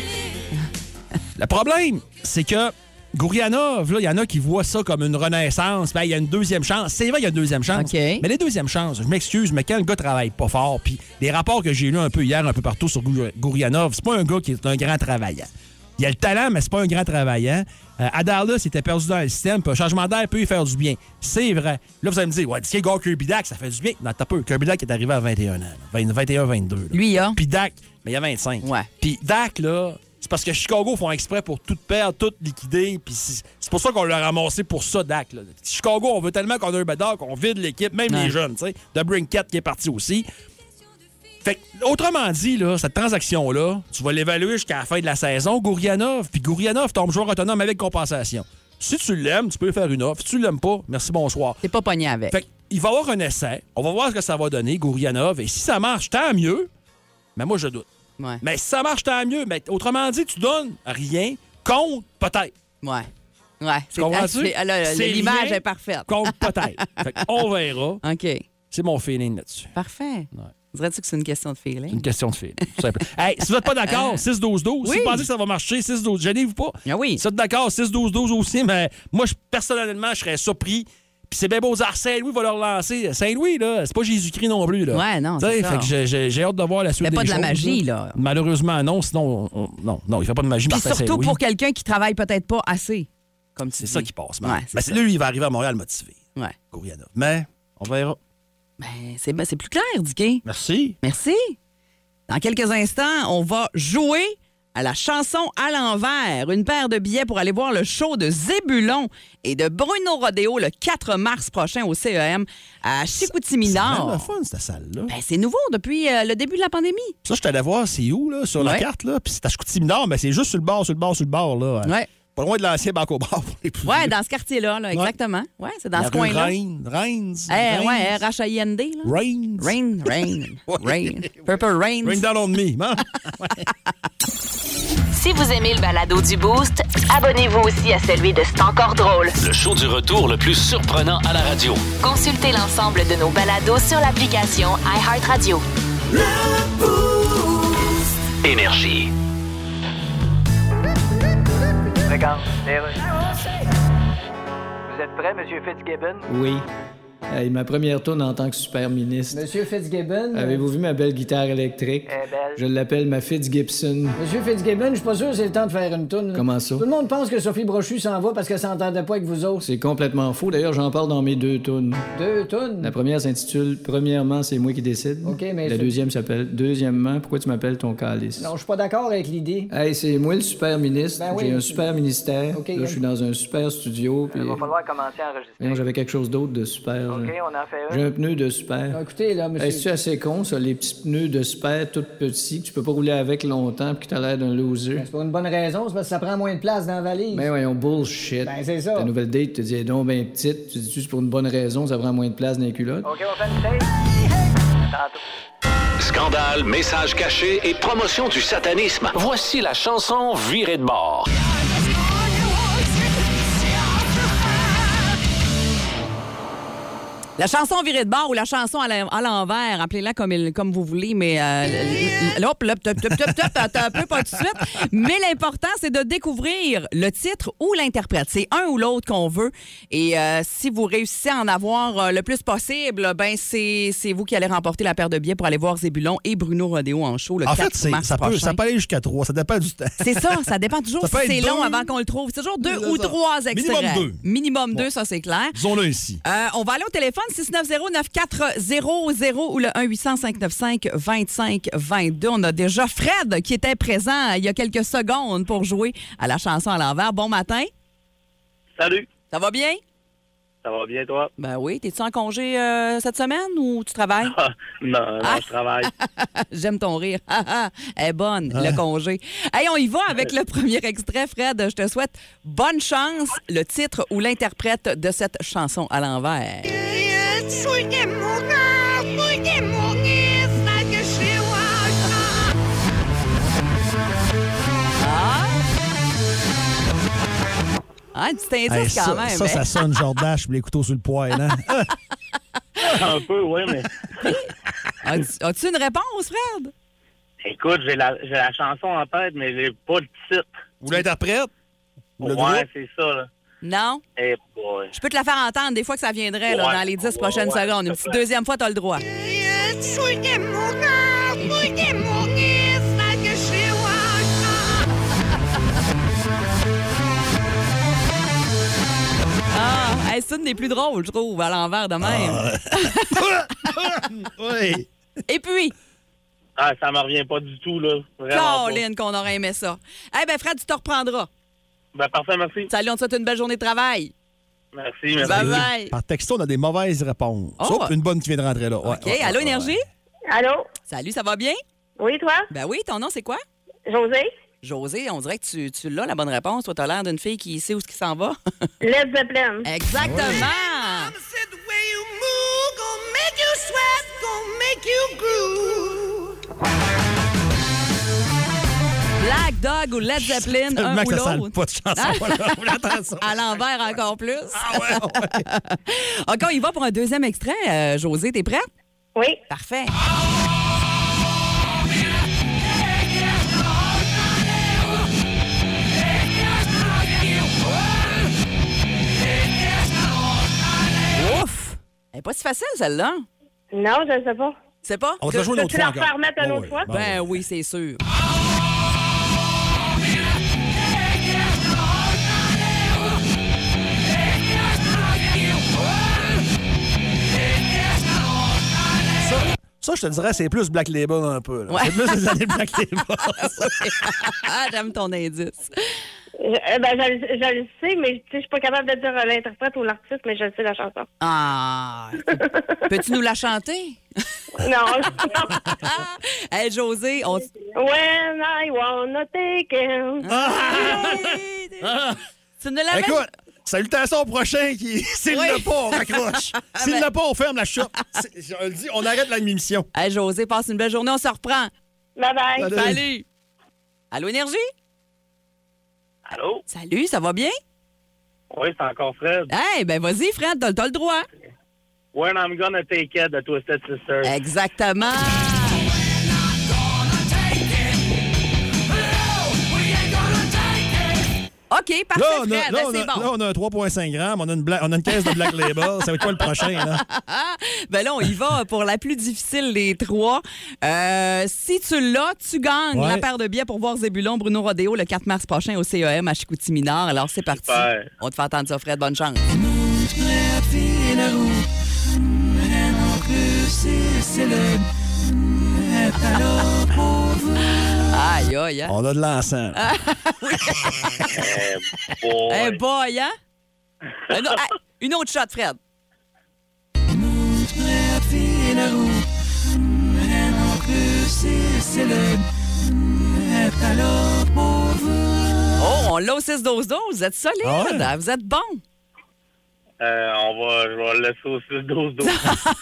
Le problème, c'est que Gourianov, là, il y en a qui voient ça comme une renaissance. Ben, il y a une deuxième chance. C'est vrai qu'il y a une deuxième chance. OK. Mais les deuxièmes chances, je m'excuse, mais quand le gars travaille pas fort, puis les rapports que j'ai lus un peu hier, un peu partout sur Gour- Gourianov, c'est pas un gars qui est un grand travaillant. Il a le talent, mais c'est pas un grand travaillant. Euh, à Dallas, il était perdu dans le système, puis un changement d'air peut y faire du bien. C'est vrai. Là, vous allez me dire, ouais, dis-le, gars, Kirby Dack, ça fait du bien. Non, t'as peu. Kirby Dack est arrivé à vingt et un ans. là. vingt, vingt et un vingt-deux. là. Lui, il a. Puis Dak, mais il y a vingt-cinq. Ouais. Puis Dak, là, c'est parce que Chicago font exprès pour tout perdre, tout liquider. Puis c'est c'est pour ça qu'on l'a ramassé pour ça, Dak. Là. Chicago, on veut tellement qu'on a un bedard qu'on vide l'équipe, même Ouais. les jeunes, tu sais. De Brinkett qui est parti aussi. Fait que, autrement dit, là, cette transaction-là, tu vas l'évaluer jusqu'à la fin de la saison, Gourianov, puis Gourianov tombe joueur autonome avec compensation. Si tu l'aimes, tu peux lui faire une offre. Si tu l'aimes pas, merci, bonsoir. T'es pas pogné avec. Fait qu'il va y avoir un essai. On va voir ce que ça va donner, Gourianov. Et si ça marche, tant mieux. Mais moi, je doute. Ouais. Mais si ça marche, tant mieux. Mais autrement dit, tu donnes rien contre peut-être. Ouais. Ouais. C'est, Comprends-tu? c'est- ah, là, C'est l'image rien est parfaite. Contre peut-être. Fait qu'on verra. OK. C'est mon feeling là-dessus. Parfait. Dirais-tu que c'est une question de C'est feeling? une question de feeling. tout simple. Hey, si vous n'êtes pas d'accord, six douze douze. Oui. Si vous pensez que ça va marcher, six douze. Gênez-vous pas. Ah oui. Si vous êtes d'accord, six douze douze aussi. Mais moi, je- personnellement, je serais surpris. Puis c'est bien beau dire Saint-Louis va leur lancer. Saint-Louis, là, c'est pas Jésus-Christ non plus. Là. Ouais, non, T'sais, c'est ça. Fait que j'ai- j'ai j'ai hâte de voir la suite Fait des pas de la choses, magie, là. Malheureusement, non. Sinon, on- on- non, non, il fait pas de magie. Puis Martin surtout Saint-Louis. pour quelqu'un qui travaille peut-être pas assez. Comme tu C'est dis. ça qui passe, man. Ouais, c'est Ben, ça. c'est lui, il va arriver à Montréal motivé. Ouais. Gourianov. Mais, on verra. Ben, c'est, ben, c'est plus clair, Dicky. Merci. Merci. Dans quelques instants, on va jouer à la chanson à l'envers. Une paire de billets pour aller voir le show de Zébulon et de Bruno Rodeo le quatre mars prochain au C E M à Chicoutimi-Nord. C'est vraiment le fun, cette salle-là. Ben, c'est nouveau depuis euh, le début de la pandémie. Ça, je t'allais voir, c'est où, là, sur Ouais. la carte, là? Puis c'est à Chicoutimi-Nord, mais c'est juste sur le bord, sur le bord, sur le bord, là. Ouais. Pas loin de l'ancien Banco Bar pour les plus Ouais, vieux. dans ce quartier-là, là, exactement. Ouais, c'est dans La ce rue coin-là. Reigns, Reigns. Eh, Reigns. ouais, R H I N D, là. Reigns. Rain, rain, rain. Purple Rain. Rain down on me, hein? Si vous aimez le balado du Boost, abonnez-vous aussi à celui de C'est encore drôle. Le show du retour le plus surprenant à la radio. Consultez l'ensemble de nos balados sur l'application iHeartRadio. Énergie. Regarde, les rues. Vous êtes prêt, M. Fitzgibbon? Oui. Hey, ma première tourne en tant que super ministre. Monsieur Fitzgibbon. Avez-vous vu ma belle guitare électrique? Elle est belle. Je l'appelle ma Fitzgibson. Monsieur Fitzgibbon, je suis pas sûr que c'est le temps de faire une toune. là. Comment ça? Tout le monde pense que Sophie Brochu s'en va parce qu'elle s'entendait pas avec vous autres. C'est complètement faux. D'ailleurs, j'en parle dans mes deux tunes. Deux tounes. La première s'intitule Premièrement, c'est moi qui décide. OK, mais La c'est- deuxième s'appelle Deuxièmement, pourquoi tu m'appelles ton calice? Non, je suis pas d'accord avec l'idée. Hey, c'est moi le super ministre. Ben oui. J'ai un super ministère. OK, Là, hein. je suis dans un super studio. Puis... Il va falloir commencer à enregistrer. Voyons, j'avais quelque chose d'autre de super. OK, là. on en fait J'ai un. un pneu de super. Non, écoutez, là, monsieur. Hey, c'est-tu assez con, ça, les petits pneus de super tout petits que tu peux pas rouler avec longtemps puis que t'as l'air d'un loser? C'est pour une bonne raison, c'est parce que ça prend moins de place dans la valise. Ben voyons, bullshit. Ben, c'est ça. Ta nouvelle date te dit, elle est donc ben petite. Tu dis-tu, c'est pour une bonne raison, ça prend moins de place dans les culottes? OK, on fait une tape. Tantôt. Scandale, messages cachés et promotion du satanisme. Voici la chanson Virée de bord. La chanson virée de bord ou la chanson à la- à l'envers, appelez-la comme, il- comme vous voulez, mais euh, l- l- hop, là, top, top, top, top, attends un peu, pas tout de suite. Mais l'important, c'est de découvrir le titre ou l'interprète. C'est un ou l'autre qu'on veut. Et euh, si vous réussissez à en avoir euh, le plus possible, ben c'est c'est vous qui allez remporter la paire de billets pour aller voir Zébulon et Bruno Rodeo en show le En quatre fait, c'est- mars ça, peut, prochain. ça peut aller jusqu'à trois. Ça dépend du temps. C'est ça, ça dépend toujours Ça si peut être c'est long deux. avant qu'on le trouve. C'est toujours deux C'est ou ça. trois extraits. Minimum deux. Minimum deux, ça c'est clair. Disons-le ici. Euh, on va aller au téléphone six neuf zéro neuf quatre zéro zéro ou le un huit cents cinq neuf cinq deux cinq deux deux. On a déjà Fred qui était présent il y a quelques secondes pour jouer à la chanson à l'envers. Bon matin. Salut. Ça va bien? Ça va bien, toi? Ben oui. T'es-tu en congé euh, cette semaine ou tu travailles? non, non, je travaille. J'aime ton rire. Elle est bonne, le congé. Hey, on y va avec le premier extrait, Fred. Je te souhaite bonne chance. Le titre ou l'interprète de cette chanson à l'envers. Ah! Ah, un petit indice Hey, quand ça, même. ça, hein? ça sonne genre dash les couteaux sur le poêle, hein? Un peu, oui, mais As-tu as-tu une réponse, Fred? écoute, j'ai la, j'ai la chanson en tête, mais j'ai pas le titre. Ou l'interprète? Ou le Ouais, groupe? c'est ça, là. Non? Eh boy. Je peux te la faire entendre des fois que ça viendrait là, Ouais. dans les dix Ouais, prochaines ouais, secondes. Une s'il te petite plaît. deuxième fois, tu as le droit. Ah, hey, c'est une des plus drôles, je trouve, à l'envers de même. Oui. Et puis, Ah, ça me revient pas du tout, là. Vraiment pas. Caroline, qu'on aurait aimé ça. Eh bien, Fred, tu te reprendras. Ben, parfait, merci. Salut, on te souhaite une belle journée de travail. Merci, merci. Bye bye. Par texto, on a des mauvaises réponses. Oh. Sauf une bonne qui vient de rentrer là. Ouais, OK, ouais, allô, ouais, Énergie? Allô? Salut, ça va bien? Oui, toi? Ben oui, ton nom, c'est quoi? José? José, on dirait que tu, tu l'as, la bonne réponse. Toi, t'as l'air d'une fille qui sait où ce qui s'en va. Led Zeppelin. Exactement! Black Dog ou Led Zeppelin, un Tellement ou que ça sent l'autre. pas de chanson. là. On attend ça. À l'envers encore plus. Ah ouais, ouais. OK, on y va pour un deuxième extrait. Euh, José, t'es prête? Oui. Parfait. Ouf! Elle n'est pas si facile, celle-là. Non, je ne sais pas. C'est pas? On va te la jouer une autre Peux-tu fois la refaire encore. mettre une Oh, autre oui. fois? Bon, Ben oui. oui, c'est sûr. Ça, je te dirais, c'est plus Black Label un peu. Là. Ouais. C'est plus les années Black Label. Ah, j'aime ton indice. Je, euh, ben, je, je le sais, mais tu sais, je suis pas capable de dire euh, l'interprète ou l'artiste, mais je sais la chanson. Ah! Peux-tu nous la chanter? Non. Hey, José, on... s- When I wanna take him. Ah! Tu ne l'avais... Écoute, salutations au prochain qui. S'il Oui. l'a pas, on raccroche. S'il ben- l'a pas, on ferme la shop. C'est- Je le dis, on arrête l'émission. Hey, José, passe une belle journée, on se reprend. Bye bye. Salut. Salut! Allô, Énergie? Allô? Salut, ça va bien? Oui, c'est encore Fred. Hey, ben vas-y, Fred, t'as, t'as le droit. When I'm gonna take it de Twisted Sister. Exactement. OK, parfait, Là, on a, Fred, là, ben, on c'est a- bon. là, on a un trois virgule cinq grammes, on a, une bla- on a une caisse de Black Label. Ça va être quoi le prochain, là? Ben là, on y va pour la plus difficile des trois. Euh, si tu l'as, tu gagnes Ouais. la paire de billets pour voir Zébulon Bruno Rodéo le quatre mars prochain au C E M à Chicoutimi-Nord. Alors, c'est parti. Super. On te fait entendre ça, Fred. Bonne chance. Aïe, aïe, aïe. On a de l'encens. là. Eh, boy. Un boy, hein? Un au- ah, une autre shot, Fred. Oh, on l'a au six douze douze. Vous êtes solide. Ah ouais? Vous êtes bon. Euh, on va, je vais le laisser au six douze douze.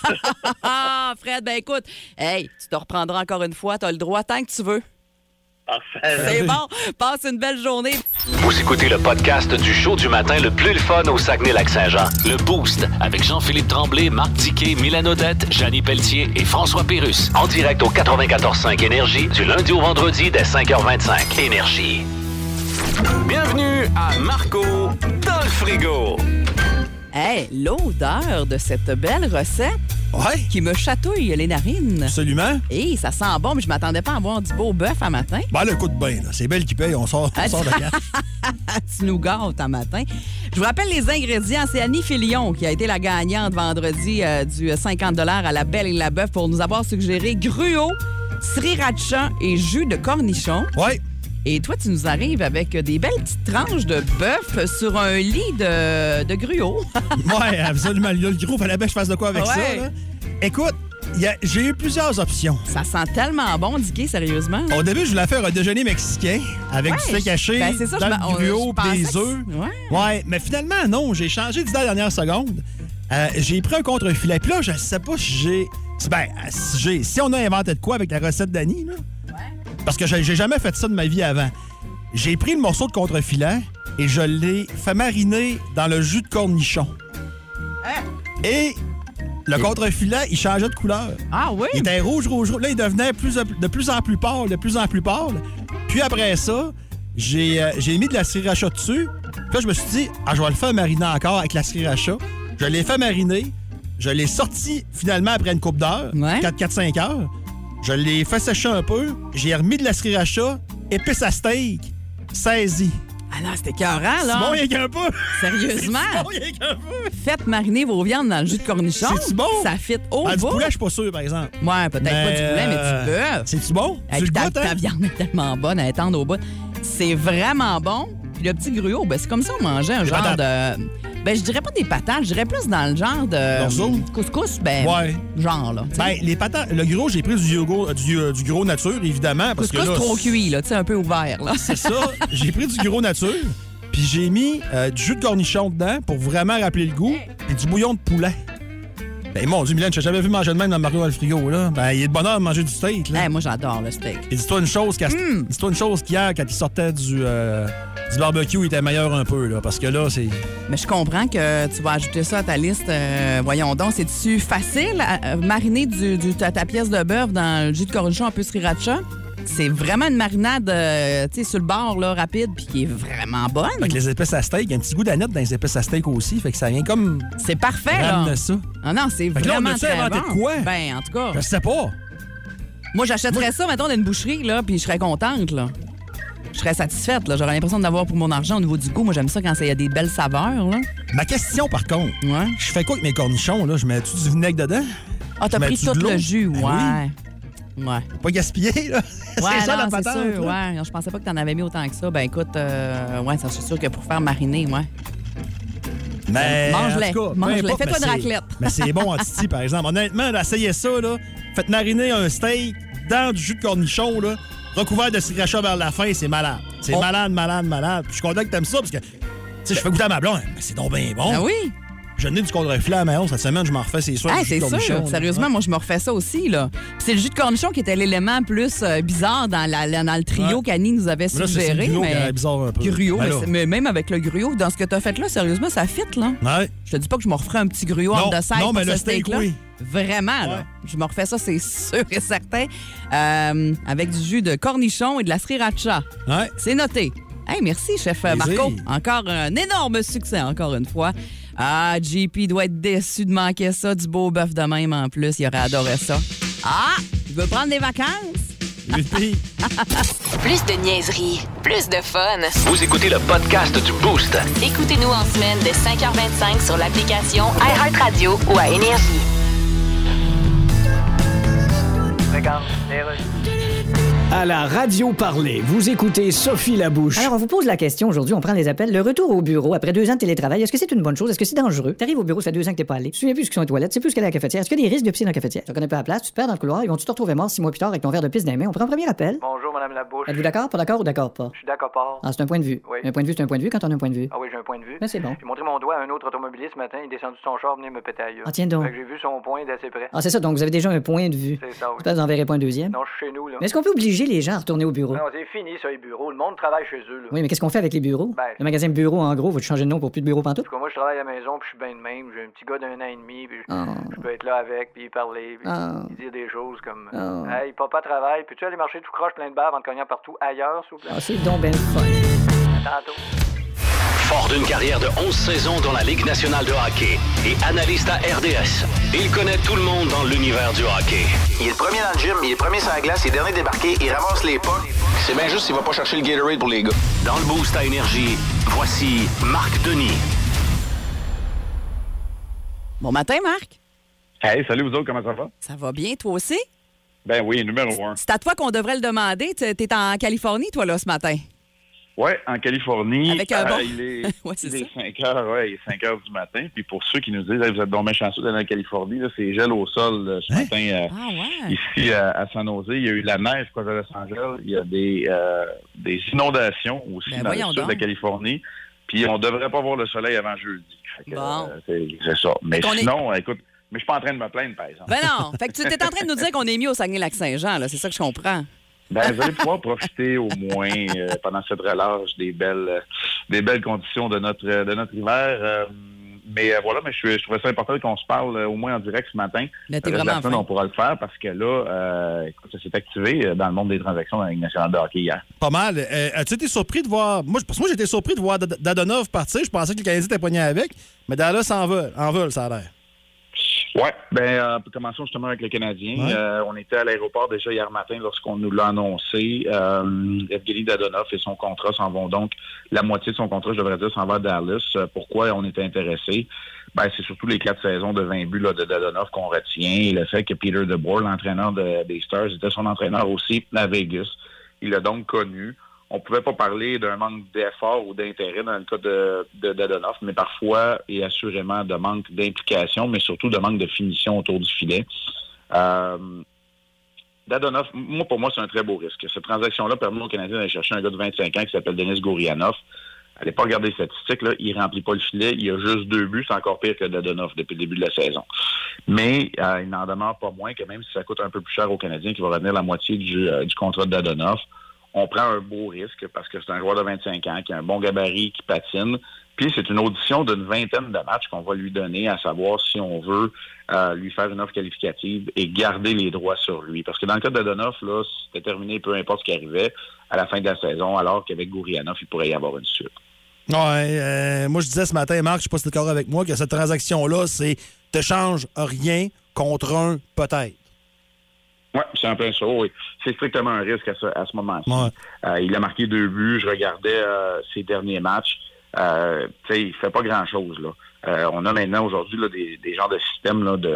Ah, Fred, ben écoute, hey, tu te reprendras encore une fois. Tu as le droit tant que tu veux. Parfait. C'est bon. Passe une belle journée. Vous écoutez le podcast du show du matin le plus le fun au Saguenay-Lac-Saint-Jean. Le Boost avec Jean-Philippe Tremblay, Marc Diquet, Milan Odette, Janine Pelletier et François Pérusse. En direct au quatre-vingt-quatorze cinq Énergie du lundi au vendredi dès cinq heures vingt-cinq. Énergie. Bienvenue à Marco dans le frigo. Hey, l'odeur de cette belle recette Ouais, qui me chatouille les narines. absolument. Et ça sent bon, mais je m'attendais pas à avoir du beau bœuf à matin. Ben, le coup de bain, là. C'est Belle qui paye, on sort, on sort de cash. Tu nous gâtes à matin. Je vous rappelle les ingrédients. C'est Annie Filion qui a été la gagnante vendredi euh, du cinquante à la Belle et la Bœuf pour nous avoir suggéré gruau, sriracha et jus de cornichon. Ouais. Et toi, tu nous arrives avec des belles petites tranches de bœuf sur un lit de, de gruau. Ouais, absolument. Le gros, fallait bien que je fasse de quoi avec Ouais. ça, là. Écoute, il y a- j'ai eu plusieurs options. Ça sent tellement bon, Dicky, sérieusement. Au début, je voulais faire un déjeuner mexicain avec Ouais, du steak haché, ben, c'est ça, dans je le m'a- on- gruau, je pensais des que- œufs. Ouais. Ouais, mais finalement, non. J'ai changé d'idée à la dernière seconde. Euh, j'ai pris un contre-filet. Puis là, je sais pas si j'ai... si- Ben, si j'ai... Si on a inventé de quoi avec la recette d'Annie, là. Parce que j'ai j'ai jamais fait ça de ma vie avant. J'ai pris le morceau de contre-filet et je l'ai fait mariner dans le jus de cornichon. Et le contre-filet, il changeait de couleur. Ah oui? Il était rouge, rouge, rouge. Là, il devenait plus, de plus en plus pâle, de plus en plus pâle. Puis après ça, j'ai euh, j'ai mis de la sriracha dessus. Puis là, je me suis dit, ah, je vais le faire mariner encore avec la sriracha. Je l'ai fait mariner. Je l'ai sorti finalement après une coupe d'heure, Ouais. quatre à cinq heures. Je l'ai fait sécher un peu. J'ai remis de la sriracha, épice à steak, saisi. Ah non, c'était écœurant, C'est là. bon, il y a qu'un peu. Sérieusement? C'est bon, il y a qu'un peu. Faites mariner vos viandes dans le jus de cornichon. C'est-tu bon? Ça fit au Ah, du bout. poulet, je suis pas sûr, par exemple. Ouais, peut-être pas du poulet, mais euh, du bœuf. C'est-tu bon? Et Tu puis le ta, goûtes, hein? ta viande est tellement bonne, elle est tendre au bout. C'est vraiment bon. Puis le petit gruau, ben, c'est comme ça on mangeait un Des genre patates. de... Ben, je dirais pas des patates, je dirais plus dans le genre de... Morceau? Couscous, ben... Ouais. Genre, là. tu sais. Ben, les patates, le gros, j'ai pris du, yogourt- du, euh, du gros nature, évidemment. Parce Couscous que là, trop cuit, là, tu sais, un peu ouvert, là. C'est ça. J'ai pris du gros nature, puis j'ai mis euh, du jus de cornichon dedans pour vraiment rappeler le goût, et du bouillon de poulet. Ben, mon Dieu, Mylène, je t'ai jamais vu manger de même dans le Mario dans le frigo, là. Ben, il est de bonheur de manger du steak, là. Hey, moi, j'adore le steak. Et dis-toi une chose, qu'à- Mm. dis-toi une chose qu'hier, quand il sortait du, euh, du barbecue, il était meilleur un peu, là. Parce que là, c'est. Mais je comprends que tu vas ajouter ça à ta liste. Euh, voyons donc, c'est-tu facile à, à mariner du, du- ta, ta pièce de bœuf dans le jus de cornichon un peu sriracha? C'est vraiment une marinade, euh, tu sais, sur le bord, là, rapide, puis qui est vraiment bonne. Avec les épices à steak, il y a un petit goût d'aneth dans les épices à steak aussi. Fait que ça vient comme. C'est parfait, là. ramener ça. Ah non, c'est Fait que là, on vraiment a-tu très inventé bon. de quoi? Ben, en tout cas, Je sais pas. moi, j'achèterais ça, mettons, dans une boucherie, là, puis je serais contente, là. Je serais satisfaite, là. J'aurais l'impression d'avoir pour mon argent au niveau du goût. Moi, j'aime ça quand il y a des belles saveurs, là. Ma question, par contre, Ouais. je fais quoi avec mes cornichons, là? Je mets-tu du vinaigre dedans? Ah, t'as pris tout le jus, ouais. Ben oui. Ouais. Pas gaspillé, là. Ouais, c'est ça, non, la patente. c'est sûr, là. ouais. Je pensais pas que t'en avais mis autant que ça. Ben écoute, euh, ouais, ça, c'est sûr que pour faire mariner, ouais. Mais mange-les, en tout cas, mange-les. peu importe, Fais-toi mais de c'est- raclette. Mais c'est bon en titi, par exemple. Honnêtement, là, essayez ça, là. Faites mariner un steak dans du jus de cornichon, là, recouvert de sriracha vers la fin, c'est malade. C'est Oh. malade, malade, malade. Puis je suis content que t'aimes ça, parce que, tu sais, je fais goûter à ma blonde. Mais c'est donc bien bon. Ah oui? Je n'ai du contre-reflet à la maison. Cette semaine, je m'en refais, c'est sûr. Ah, du jus c'est de cornichon, sûr. là. Sérieusement, moi, je me refais ça aussi, là. Puis c'est le jus de cornichon qui était l'élément plus euh, bizarre dans, la, la- dans le trio Ouais. qu'Annie nous avait Mais là, c'est- c'est suggéré. le gruau qui mais a l'air bizarre un peu. Gruau, Ben mais, là. c'est- mais même avec le gruau, dans ce que tu as fait là, sérieusement, ça fit, là. Ouais. Je te dis pas que je me referais un petit gruau Non, en de side non, pour mais ce le steak, steak-là. oui. Vraiment, là. Ouais. Je me refais ça, c'est sûr et certain. Euh, avec du jus de cornichon et de la sriracha. Ouais. C'est noté. Hey, merci, chef Plaisir. Marco. Encore un énorme succès, encore une fois. Ah, J P doit être déçu de manquer ça, du beau bœuf de même en plus. Il aurait adoré ça. Ah, il veut prendre des vacances? Youpi. Plus de niaiserie, plus de fun. Vous écoutez le podcast du Boost. Écoutez-nous en semaine de cinq heures vingt-cinq sur l'application iHeartRadio ou à Énergie. Regarde, les rues. À la radio parler, vous écoutez Sophie Labouche. Alors, on vous pose la question aujourd'hui, on prend les appels. Le retour au bureau après deux ans de télétravail, est-ce que c'est une bonne chose? Est-ce que c'est dangereux? T'arrives au bureau, ça fait deux ans que t'es pas allé. Tu te souviens plus ce qu'ils sont les toilettes, tu sais plus ce qu'il y a à la cafetière. Est-ce qu'il y a des risques de pisser dans la cafetière? Tu connais pas la place, tu te perds dans le couloir, ils vont-tu te retrouver mort six mois plus tard avec ton verre de pisse dans les mains? On prend un premier appel. Bonjour, Madame Labouche. Êtes-vous d'accord, pas d'accord ou d'accord pas? Je suis d'accord, pas. Ah, c'est un point de vue. Oui. Un point de vue, c'est un point de vue quand on a un point de vue. Ah oui, j'ai un point de vue. Ben, c'est bon. J'ai montré mon doigt à un autre automobiliste ce matin, il est descendu de son char, venir me péter à gueule. Ah, tiens donc. Fait que j'ai vu son point d'assez près. Ah, c'est ça, donc vous avez déjà un point de vue. C'est ça, oui. J'espère que vous en verrez pas un deuxième. Non, je suis chez nous, là. Mais est-ce qu'on peut obliger les gens à retourner au bureau? Non, c'est fini, ça, les bureaux. Le monde travaille chez eux, là. Oui, mais qu'est-ce qu'on fait avec les bureaux? Ben. Le magasin Bureau, en gros, va-tu changer de nom pour plus de bureau pantoute? En tout cas, moi, je travaille à la maison, puis je suis bien de même. J'ai un petit gars d'un an et demi, puis je- Oh. je peux être là avec, puis parler, puis Oh. lui dire des choses comme Oh. Hey, papa travaille, puis tu aller marcher tout croche plein de bave en te cognant partout ailleurs, s'il vous plaît? Ah, c'est donc ben le fun. Tantôt. Fort d'une carrière de onze saisons dans la Ligue nationale de hockey et analyste à R D S, il connaît tout le monde dans l'univers du hockey. Il est le premier dans le gym, il est le premier sur la glace, il est dernier débarqué, il ramasse les pas. C'est bien juste s'il va pas chercher le Gatorade pour les gars. Dans le Boost à Énergie, voici Marc Denis. Bon matin, Marc. Hey, salut vous autres, comment ça va? Ça va bien, toi aussi? Ben oui, numéro un. C'est à toi qu'on devrait le demander. Tu es en Californie, toi, là, ce matin. Ouais, en Californie. Avec un euh, bon- Il est, Ouais, c'est il est ça. cinq heures, ouais, il est cinq heures du matin. Puis pour ceux qui nous disent, hey, vous êtes donc bien chanceux d'aller en Californie, là, c'est gel au sol là, ce matin euh, Ah ouais. ici à, à San Jose. Il y a eu la neige proche de Los Angeles. Il y a des, euh, des inondations aussi Ben dans le voyons sud de la donc. Californie. Puis on devrait pas voir le soleil avant jeudi. Fait que, Bon. euh, c'est, c'est ça. Mais Fait qu'on est- sinon, écoute, mais je suis pas en train de me plaindre, par exemple. Ben non. Fait que tu étais en train de nous dire qu'on est mis au Saguenay-Lac-Saint-Jean, là. C'est ça que je comprends. Ben, vous allez pouvoir profiter au moins euh, pendant cette relâche des belles euh, des belles conditions de notre de notre hiver. Euh, mais euh, voilà, mais je, suis- je trouvais ça important qu'on se parle euh, au moins en direct ce matin. Mais t'es Le reste de la vraiment semaine, fin. on pourra le faire parce que là, euh, écoute, ça s'est activé euh, dans le monde des transactions dans la Ligue nationale de hockey hier. Pas mal. Euh, as-tu été surpris de voir. Moi, parce que moi, j'étais surpris de voir Dad- Dadonov partir. Je pensais que le Canadien était poigné avec. Mais Dallas en veut. En veut, ça a l'air. Ouais, ben euh, commençons justement avec le Canadien. Ouais. Euh, on était à l'aéroport déjà hier matin lorsqu'on nous l'a annoncé. Euh, Evgeny Dadonov et son contrat s'en vont donc, la moitié de son contrat, je devrais dire, s'en va à Dallas. Euh, pourquoi on était intéressé? Ben, c'est surtout les quatre saisons de vingt buts là, de Dadonov qu'on retient et le fait que Peter DeBoer, l'entraîneur de- des Stars, était son entraîneur aussi à Vegas. Il l'a donc connu. On pouvait pas parler d'un manque d'effort ou d'intérêt dans le cas de, de Dadonov, mais parfois et assurément de manque d'implication, mais surtout de manque de finition autour du filet. Euh, Dadonov, moi, pour moi, c'est un très beau risque. Cette transaction-là permet aux Canadiens d'aller chercher un gars de vingt-cinq ans qui s'appelle Denis Gourianov. Allez pas regarder les statistiques, là. Il remplit pas le filet. Il a juste deux buts. C'est encore pire que Dadonov depuis le début de la saison. Mais euh, il n'en demeure pas moins que même si ça coûte un peu plus cher aux Canadiens qui va revenir la moitié du, euh, du contrat de Dadonov, on prend un beau risque parce que c'est un joueur de vingt-cinq ans qui a un bon gabarit, qui patine. Puis c'est une audition d'une vingtaine de matchs qu'on va lui donner à savoir si on veut euh, lui faire une offre qualificative et garder les droits sur lui. Parce que dans le cas de Dadonov, là, c'était terminé peu importe ce qui arrivait à la fin de la saison, alors qu'avec Gourianov, il pourrait y avoir une suite. Ouais, euh, moi, je disais ce matin, Marc, je sais pas si tu es d'accord avec moi, que cette transaction-là, c'est te change rien contre un peut-être. Oui, c'est un peu ça, oui. C'est strictement un risque à ce, à ce moment-ci. Ouais. Euh, il a marqué deux buts. Je regardais euh, ses derniers matchs. Euh, tu sais, il fait pas grand-chose, là. Euh, on a maintenant aujourd'hui là, des, des genres de systèmes là, de,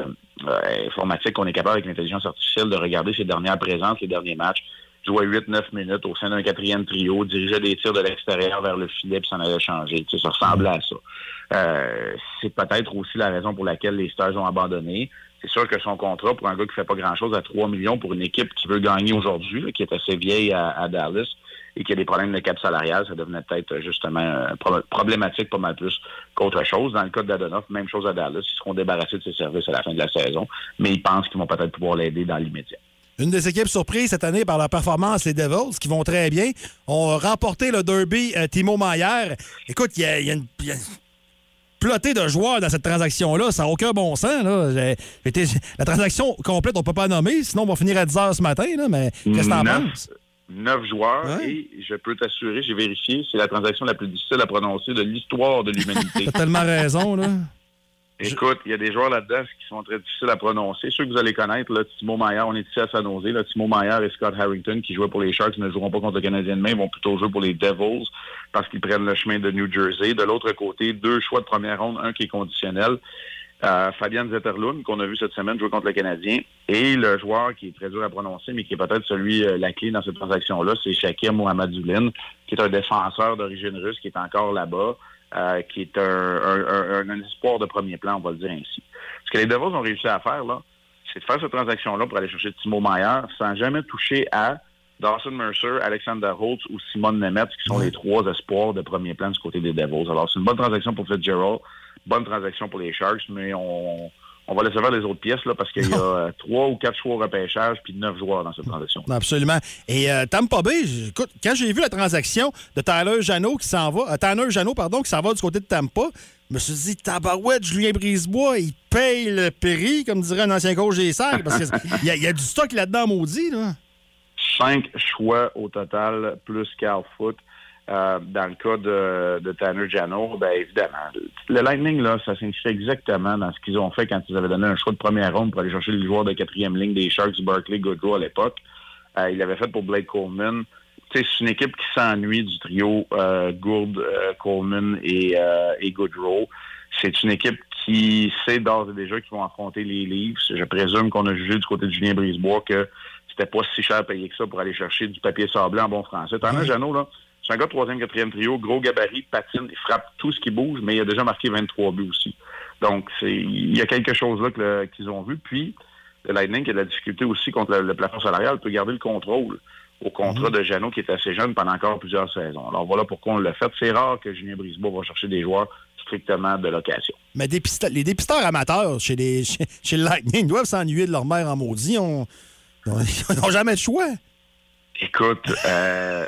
euh, informatique qu'on est capable, avec l'intelligence artificielle, de regarder ses dernières présences, les derniers matchs, jouait huit neuf minutes au sein d'un quatrième trio, dirigeait des tirs de l'extérieur vers le filet, puis s'en allait changer. Tu sais, ça ressemblait à ça. Euh, c'est peut-être aussi la raison pour laquelle les Stars ont abandonné. C'est sûr que son contrat, pour un gars qui fait pas grand-chose, à trois millions pour une équipe qui veut gagner aujourd'hui, là, qui est assez vieille à, à Dallas, et qui a des problèmes de cap salarial, ça devenait peut-être justement euh, pro- problématique pas mal plus qu'autre chose. Dans le cas de Dadonov, même chose à Dallas. Ils seront débarrassés de ses services à la fin de la saison, mais ils pensent qu'ils vont peut-être pouvoir l'aider dans l'immédiat. Une des équipes surprises cette année par leur performance, les Devils, qui vont très bien, ont remporté le derby euh, Timo Meier. Écoute, il y a, y a une... Y a... ploté de joueurs dans cette transaction-là, ça n'a aucun bon sens. Là. J'ai, j'ai été, la transaction complète, on ne peut pas nommer, sinon on va finir à dix heures ce matin, là, mais qu'est-ce que t'en penses? Neuf joueurs, ouais. Et je peux t'assurer, j'ai vérifié, c'est la transaction la plus difficile à prononcer de l'histoire de l'humanité. T'as tellement raison, là. Écoute, il y a des joueurs là-dedans qui sont très difficiles à prononcer. Ceux que vous allez connaître, là, Timo Meier, on est ici à San Jose. Là, Timo Meier et Scott Harrington, qui jouaient pour les Sharks, ne joueront pas contre le Canadien demain, vont plutôt jouer pour les Devils parce qu'ils prennent le chemin de New Jersey. De l'autre côté, deux choix de première ronde, un qui est conditionnel. Euh, Fabian Zetterlund, qu'on a vu cette semaine jouer contre le Canadien, et le joueur qui est très dur à prononcer, mais qui est peut-être celui, euh, la clé dans cette transaction-là, c'est Shakir Mohamadzoulin, qui est un défenseur d'origine russe, qui est encore là-bas. Euh, qui est un, un, un, un espoir de premier plan, on va le dire ainsi. Ce que les Devils ont réussi à faire, là, c'est de faire cette transaction-là pour aller chercher Timo Meier sans jamais toucher à Dawson Mercer, Alexander Holtz ou Simon Nemeth, qui sont les trois espoirs de premier plan du côté des Devils. Alors, c'est une bonne transaction pour Fitzgerald, bonne transaction pour les Sharks, mais on... On va laisser faire les autres pièces, là, parce qu'il y a trois ou quatre choix au repêchage puis neuf joueurs dans cette transaction. Absolument. Et euh, Tampa Bay, écoute, quand j'ai vu la transaction de Tyler Jeannot qui s'en va, euh, Tanner Jeannot, pardon, qui s'en va du côté de Tampa, je me suis dit, tabarouette, Julien Brisebois, il paye le péri, comme dirait un ancien coach des Sacs, parce qu'il y, y a du stock là-dedans, maudit, là. Cinq choix au total, plus Cal Foot. Euh, dans le cas de, de Tanner Jeannot, bien évidemment, le Lightning, là, ça s'inscrit exactement dans ce qu'ils ont fait quand ils avaient donné un choix de première ronde pour aller chercher le joueur de quatrième ligne des Sharks, Barclay Goodrow, à l'époque. Euh, il l'avait fait pour Blake Coleman. Tu sais, c'est une équipe qui s'ennuie du trio euh, Gould, euh, Coleman et, euh, et Goodrow. C'est une équipe qui sait d'ores et déjà qu'ils vont affronter les Leafs. Je présume qu'on a jugé du côté de Julien Brisebois que c'était pas si cher à payer que ça pour aller chercher du papier sablé en bon français. Tanner Jeannot, là, c'est un gars de troisième, quatrième trio, gros gabarit, patine, il frappe tout ce qui bouge, mais il a déjà marqué vingt-trois buts aussi. Donc, c'est il y a quelque chose là que le, qu'ils ont vu. Puis, le Lightning qui a de la difficulté aussi contre le, le plafond salarial peut garder le contrôle au contrat mm-hmm. de Jeannot qui est assez jeune pendant encore plusieurs saisons. Alors, voilà pourquoi on l'a fait. C'est rare que Julien Brisebois va chercher des joueurs strictement de location. Mais dépista- les dépisteurs amateurs chez, les, chez, chez le Lightning doivent s'ennuyer de leur mère en maudit. On, ils n'ont jamais de choix. Écoute, euh...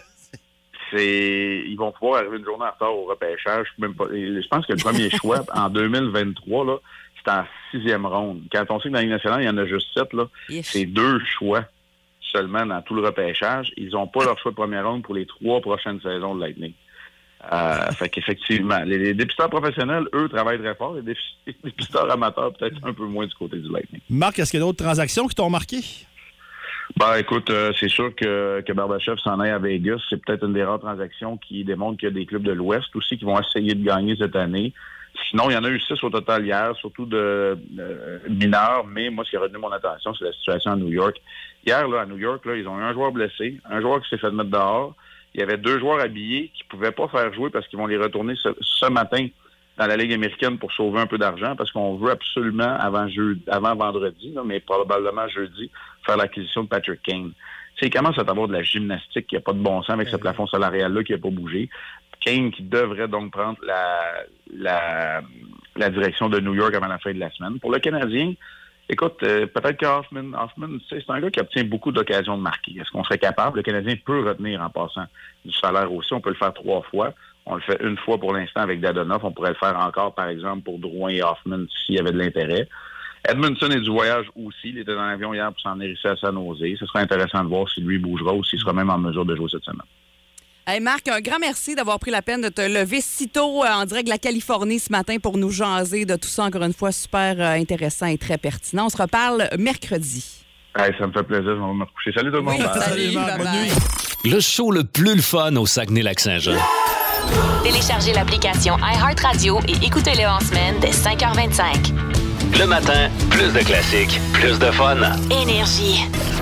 C'est, ils vont pouvoir arriver une journée en retard au repêchage. Même pas, je pense que le premier choix, en deux mille vingt-trois, là, c'est en sixième ronde. Quand on sait que dans la Ligue nationale, il y en a juste sept, là, c'est deux choix seulement dans tout le repêchage. Ils n'ont pas leur choix de première ronde pour les trois prochaines saisons de Lightning. Euh, fait qu'effectivement, les, les dépisteurs professionnels, eux, travaillent très fort. Les, dé- les dépisteurs amateurs, peut-être un peu moins du côté du Lightning. Marc, est-ce qu'il y a d'autres transactions qui t'ont marqué? Ben, écoute, euh, c'est sûr que, que Barbashev s'en aille à Vegas. C'est peut-être une des rares transactions qui démontre qu'il y a des clubs de l'Ouest aussi qui vont essayer de gagner cette année. Sinon, il y en a eu six au total hier, surtout de, de mineurs, mais moi, ce qui a retenu mon attention, c'est la situation à New York. Hier, là, à New York, là, ils ont eu un joueur blessé, un joueur qui s'est fait mettre dehors. Il y avait deux joueurs habillés qui ne pouvaient pas faire jouer parce qu'ils vont les retourner ce, ce matin dans la Ligue américaine pour sauver un peu d'argent, parce qu'on veut absolument, avant jeudi, avant vendredi, là, mais probablement jeudi, faire l'acquisition de Patrick Kane. Tu sais, il commence à avoir de la gymnastique qui n'a pas de bon sens avec ce plafond salarial-là qui n'a pas bougé. Kane qui devrait donc prendre la, la, la direction de New York avant la fin de la semaine. Pour le Canadien, écoute, euh, peut-être que Hoffman, Hoffman, tu sais, c'est un gars qui obtient beaucoup d'occasions de marquer. Est-ce qu'on serait capable? Le Canadien peut retenir en passant du salaire aussi. On peut le faire trois fois. On le fait une fois pour l'instant avec Dadonov. On pourrait le faire encore, par exemple, pour Drouin et Hoffman s'il y avait de l'intérêt. Edmondson est du voyage aussi. Il était dans l'avion hier pour s'en hérisser à San Jose. Ce serait intéressant de voir si lui bougera ou s'il sera même en mesure de jouer cette semaine. Hey Marc, un grand merci d'avoir pris la peine de te lever si tôt en direct de la Californie ce matin pour nous jaser de tout ça. Encore une fois, super intéressant et très pertinent. On se reparle mercredi. Hey, ça me fait plaisir. Je vais me recoucher. Salut tout le monde. Oui, salut, bye bye. Le show le plus le fun au Saguenay-Lac-Saint-Jean. Téléchargez l'application iHeartRadio et écoutez-le en semaine dès cinq heures vingt-cinq. Le matin, plus de classiques, plus de fun. Énergie.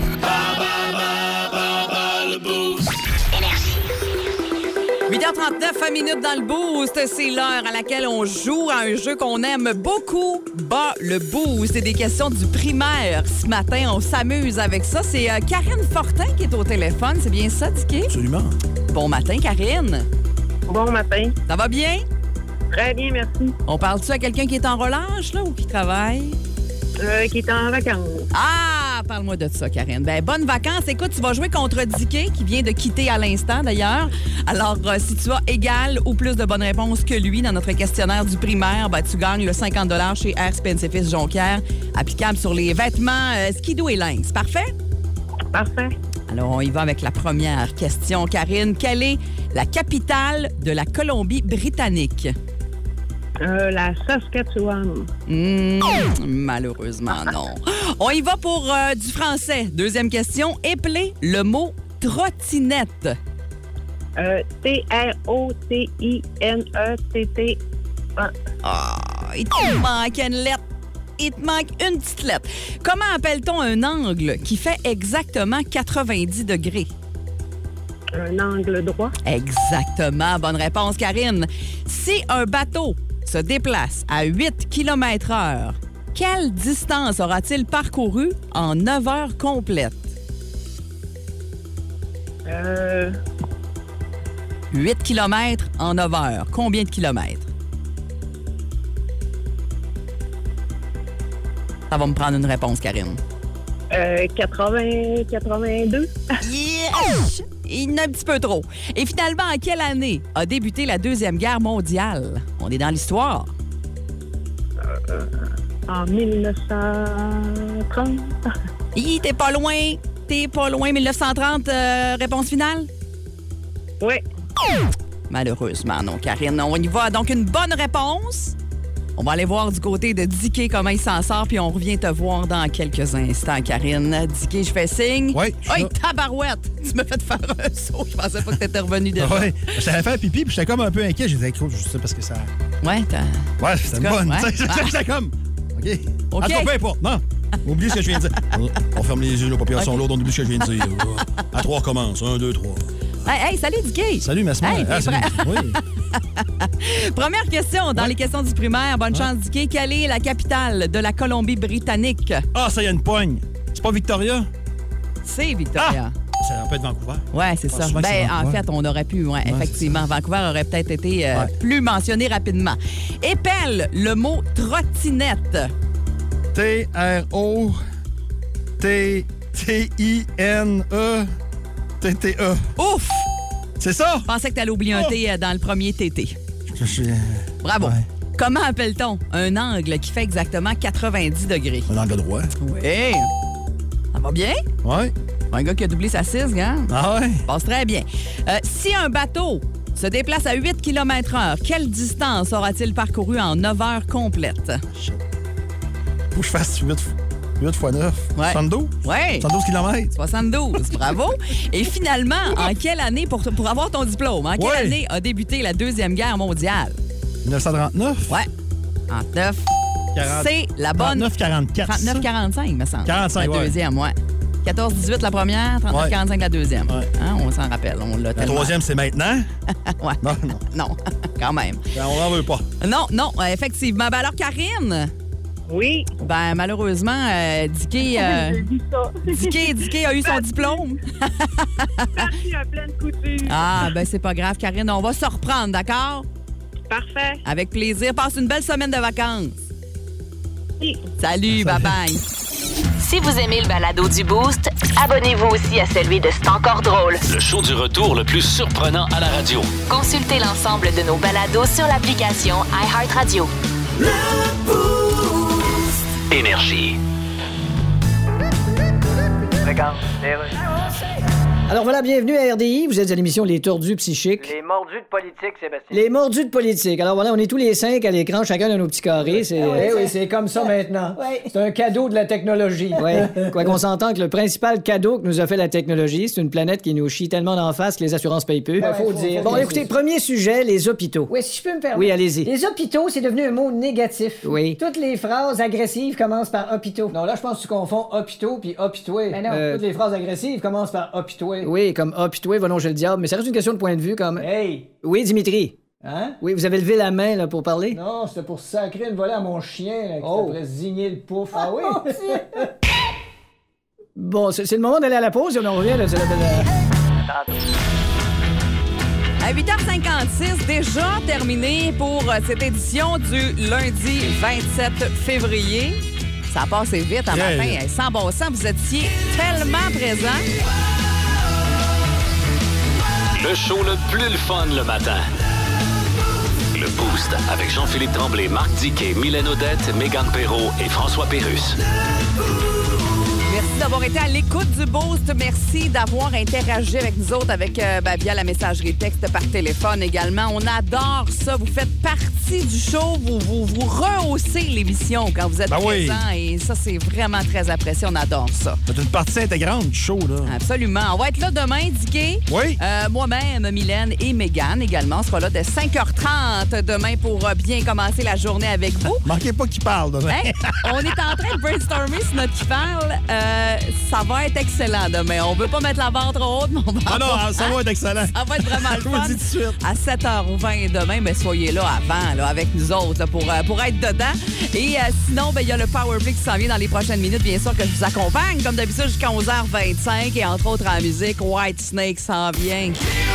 huit heures trente-neuf minutes dans le Boost. C'est l'heure à laquelle on joue à un jeu qu'on aime beaucoup. Bas le Boost. C'est des questions du primaire. Ce matin, on s'amuse avec ça. C'est euh, Karine Fortin qui est au téléphone. C'est bien ça, Dicky? Absolument. Bon matin, Karine. Bon matin. Ça va bien? Très bien, merci. On parle-tu à quelqu'un qui est en relâche, là, ou qui travaille? Euh, qui est en vacances. Ah! Parle-moi de ça, Karine. Ben, bonnes vacances. Écoute, tu vas jouer contre Dicky, qui vient de quitter à l'instant, d'ailleurs. Alors, euh, si tu as égal ou plus de bonnes réponses que lui dans notre questionnaire du primaire, ben, tu gagnes le cinquante chez Air Spécifice Jonquière, applicable sur les vêtements euh, Ski-Doo et Lynx. Parfait? Parfait. Alors, on y va avec la première question, Karine. Quelle est la capitale de la Colombie-Britannique? Euh, la Saskatchewan. Mmh, malheureusement, non. On y va pour euh, du français. Deuxième question. Épelez le mot trottinette. Euh, T R O T I N E T T. Ah, il te manque une lettre. Il te manque une petite lettre. Comment appelle-t-on un angle qui fait exactement quatre-vingt-dix degrés? Un angle droit. Exactement. Bonne réponse, Karine. Si un bateau se déplace à huit kilomètres heure, quelle distance aura-t-il parcouru en neuf heures complètes? Euh... huit kilomètres en neuf heures. Combien de kilomètres? Ça va me prendre une réponse, Karine. Euh, quatre-vingts, quatre-vingt-deux. Yes! Il y en a un petit peu trop. Et finalement, en quelle année a débuté la Deuxième Guerre mondiale? On est dans l'histoire. Euh, en mille neuf cent trente. Hi, t'es pas loin. T'es pas loin. mille neuf cent trente, euh, réponse finale? Oui. Malheureusement, non, Karine. On y va. Donc, une bonne réponse. On va aller voir du côté de Dicky comment il s'en sort, puis on revient te voir dans quelques instants, Karine. Dicky, je fais signe. Oui. Oui, tabarouette! Tu m'as fait faire un saut. Je pensais pas que t'étais revenu déjà. Oui. J'allais faire pipi, puis j'étais comme un peu inquiet. J'ai dit, écoute, je sais parce que ça. Ouais, t'as. Ouais, c'était une bonne. Ouais. J'étais comme. OK. OK. En tout cas, peu importe. Non. Oublie ce que je viens de dire. On ferme les yeux, nos paupières sont lourdes, on oublie ce que je viens de dire. À trois, commence. Un, deux, trois. Hey, hey, salut, Dicky! Salut, ma semaine. Hey, ah, salut. Oui. Première question dans ouais. les questions du primaire. Bonne ouais. chance, Dicky. Quelle est la capitale de la Colombie-Britannique? Ah, ça y a une pogne. C'est pas Victoria? C'est Victoria. Ah! Ça peut être Vancouver. Oui, c'est ah, ça. Ben, en fait, on aurait pu, ouais, ouais, effectivement. Vancouver aurait peut-être été euh, ouais. plus mentionné rapidement. Épelle le mot trottinette. T R O T T I N E T T E. Ouf! C'est ça? Je pensais que tu allais oublier un oh. T dans le premier T T. Je suis... Bravo. Ouais. Comment appelle-t-on un angle qui fait exactement quatre-vingt-dix degrés? Un angle droit. Oui. Ça va bien? Oui. Un gars qui a doublé sa six, regarde. Ah ouais? Ça passe très bien. Euh, si un bateau se déplace à huit kilomètres heure, quelle distance aura-t-il parcouru en neuf heures complètes? Shit. Faut que je fasse huit fois neuf. Ouais. soixante-douze? Oui. soixante-douze kilomètres. soixante-douze. Bravo. Et finalement, en quelle année, pour, pour avoir ton diplôme, en quelle ouais. année a débuté la Deuxième Guerre mondiale? dix-neuf cent trente-neuf? Oui. trente-neuf. quarante... C'est la bonne. trente-neuf quarante-quatre. trente-neuf quarante-cinq, me semble. quarante-cinq, La deuxième, oui. Ouais. quatorze dix-huit la première, trente-neuf quarante-cinq ouais. la deuxième. Ouais. Hein, on s'en rappelle. On l'a la tellement... troisième, c'est maintenant? ouais. Non, non. non, quand même. Ben, on n'en veut pas. Non, non, effectivement. Ben alors, Karine... Oui. Ben, malheureusement, euh, Dicky, euh, Dicky, Dicky a eu son diplôme. Parti à pleine couture. Ah, ben, c'est pas grave, Karine. On va se reprendre, d'accord? Parfait. Avec plaisir. Passe une belle semaine de vacances. Oui. Salut, bye-bye. Si vous aimez le balado du Boost, abonnez-vous aussi à celui de C'est encore drôle. Le show du retour le plus surprenant à la radio. Consultez l'ensemble de nos balados sur l'application iHeartRadio. Énergie. Regarde, les rues. Alors voilà, bienvenue à R D I. Vous êtes à l'émission Les Tordus Psychiques. Les mordus de politique, Sébastien. Les mordus de politique. Alors voilà, on est tous les cinq à l'écran, chacun dans nos petits carrés. C'est, Ah oui, eh ça- oui, c'est comme ça maintenant. Oui. C'est un cadeau de la technologie. Ouais. Quoi qu'on s'entend que le principal cadeau que nous a fait la technologie, c'est une planète qui nous chie tellement d'en face que les assurances payent peu. Ouais, faut dire. Bon, Faut écoutez, dire. premier sujet, les hôpitaux. Oui, si je peux me permettre. Oui, allez-y. Les hôpitaux, c'est devenu un mot négatif. Oui. Toutes les phrases agressives commencent par hôpitaux. Non, là, je pense que tu confonds hôpitaux puis hôpitoué. Ben non. Euh, Toutes les phrases agressives commencent par hôpitoué. Oui, comme hôpitoué, va longer le diable. Mais ça reste une question de point de vue, comme. Hey! Oui, Dimitri. Hein? Oui, vous avez levé la main, là, pour parler? Non, c'était pour sacrer une volée à mon chien, là, qui oh. après zigner le pouf. Ah oui? Bon, c'est, c'est le moment d'aller à la pause et on en revient, là. C'est la belle... À huit heures cinquante-six, déjà terminé pour euh, cette édition du lundi vingt-sept février. Ça a passé vite en Yeah. matin. Hey, sans bon sens, vous étiez tellement présents. Le show le plus le fun le matin. Le Boost avec Jean-Philippe Tremblay, Marc Diquet, Mylène Odette, Mégane Perrault et François Pérusse. Merci d'avoir été à l'écoute du Boost. Merci d'avoir interagi avec nous autres avec, euh, ben, via la messagerie texte par téléphone également. On adore ça. Vous faites partie du show. Vous vous, vous rehaussez l'émission quand vous êtes Ben oui. présents. Et ça, c'est vraiment très apprécié. On adore ça. C'est une partie intégrante du show, là. Absolument. On va être là demain, Dicky. Oui. Euh, moi-même, Mylène et Mégane également. On sera là dès cinq heures trente demain pour euh, bien commencer la journée avec vous. Manquez pas qu'il parle demain. Hey, on est en train de brainstormer sur notre qui parle. Euh, ça va être excellent demain. On veut pas mettre la barre trop haute, mais on va Ah non, avoir- ça va être excellent. Ça va être vraiment le Je vous fun. le dis tout de suite. À sept heures vingt demain, mais soyez là avant, là, avec nous autres, là, pour, euh, pour être dedans. Et euh, sinon, ben, il y a le Power Play qui s'en vient dans les prochaines minutes. Bien sûr que je vous accompagne, comme d'habitude, jusqu'à onze heures vingt-cinq. Et entre autres, en musique, White Snake s'en vient.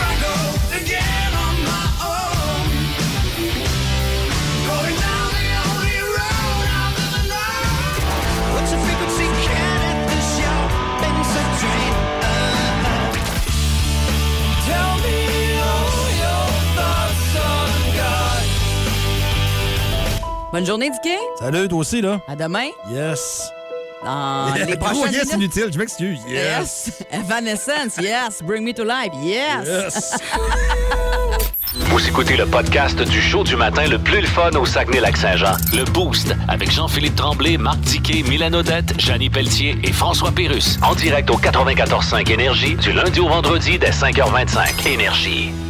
Bonne journée, Dicky. Salut, toi aussi, là. À demain. Yes. Dans les Gros prochaines yes minutes. inutile, je m'excuse. Yes. Yes. Evanescence, yes. Bring me to life, yes. Yes. Vous écoutez le podcast du show du matin le plus le fun au Saguenay-Lac-Saint-Jean. Le Boost avec Jean-Philippe Tremblay, Marc Diquet, Mylène Odette, Jannie Pelletier et François Pérusse. En direct au quatre-vingt-quatorze cinq Énergie du lundi au vendredi dès cinq heures vingt-cinq. Énergie.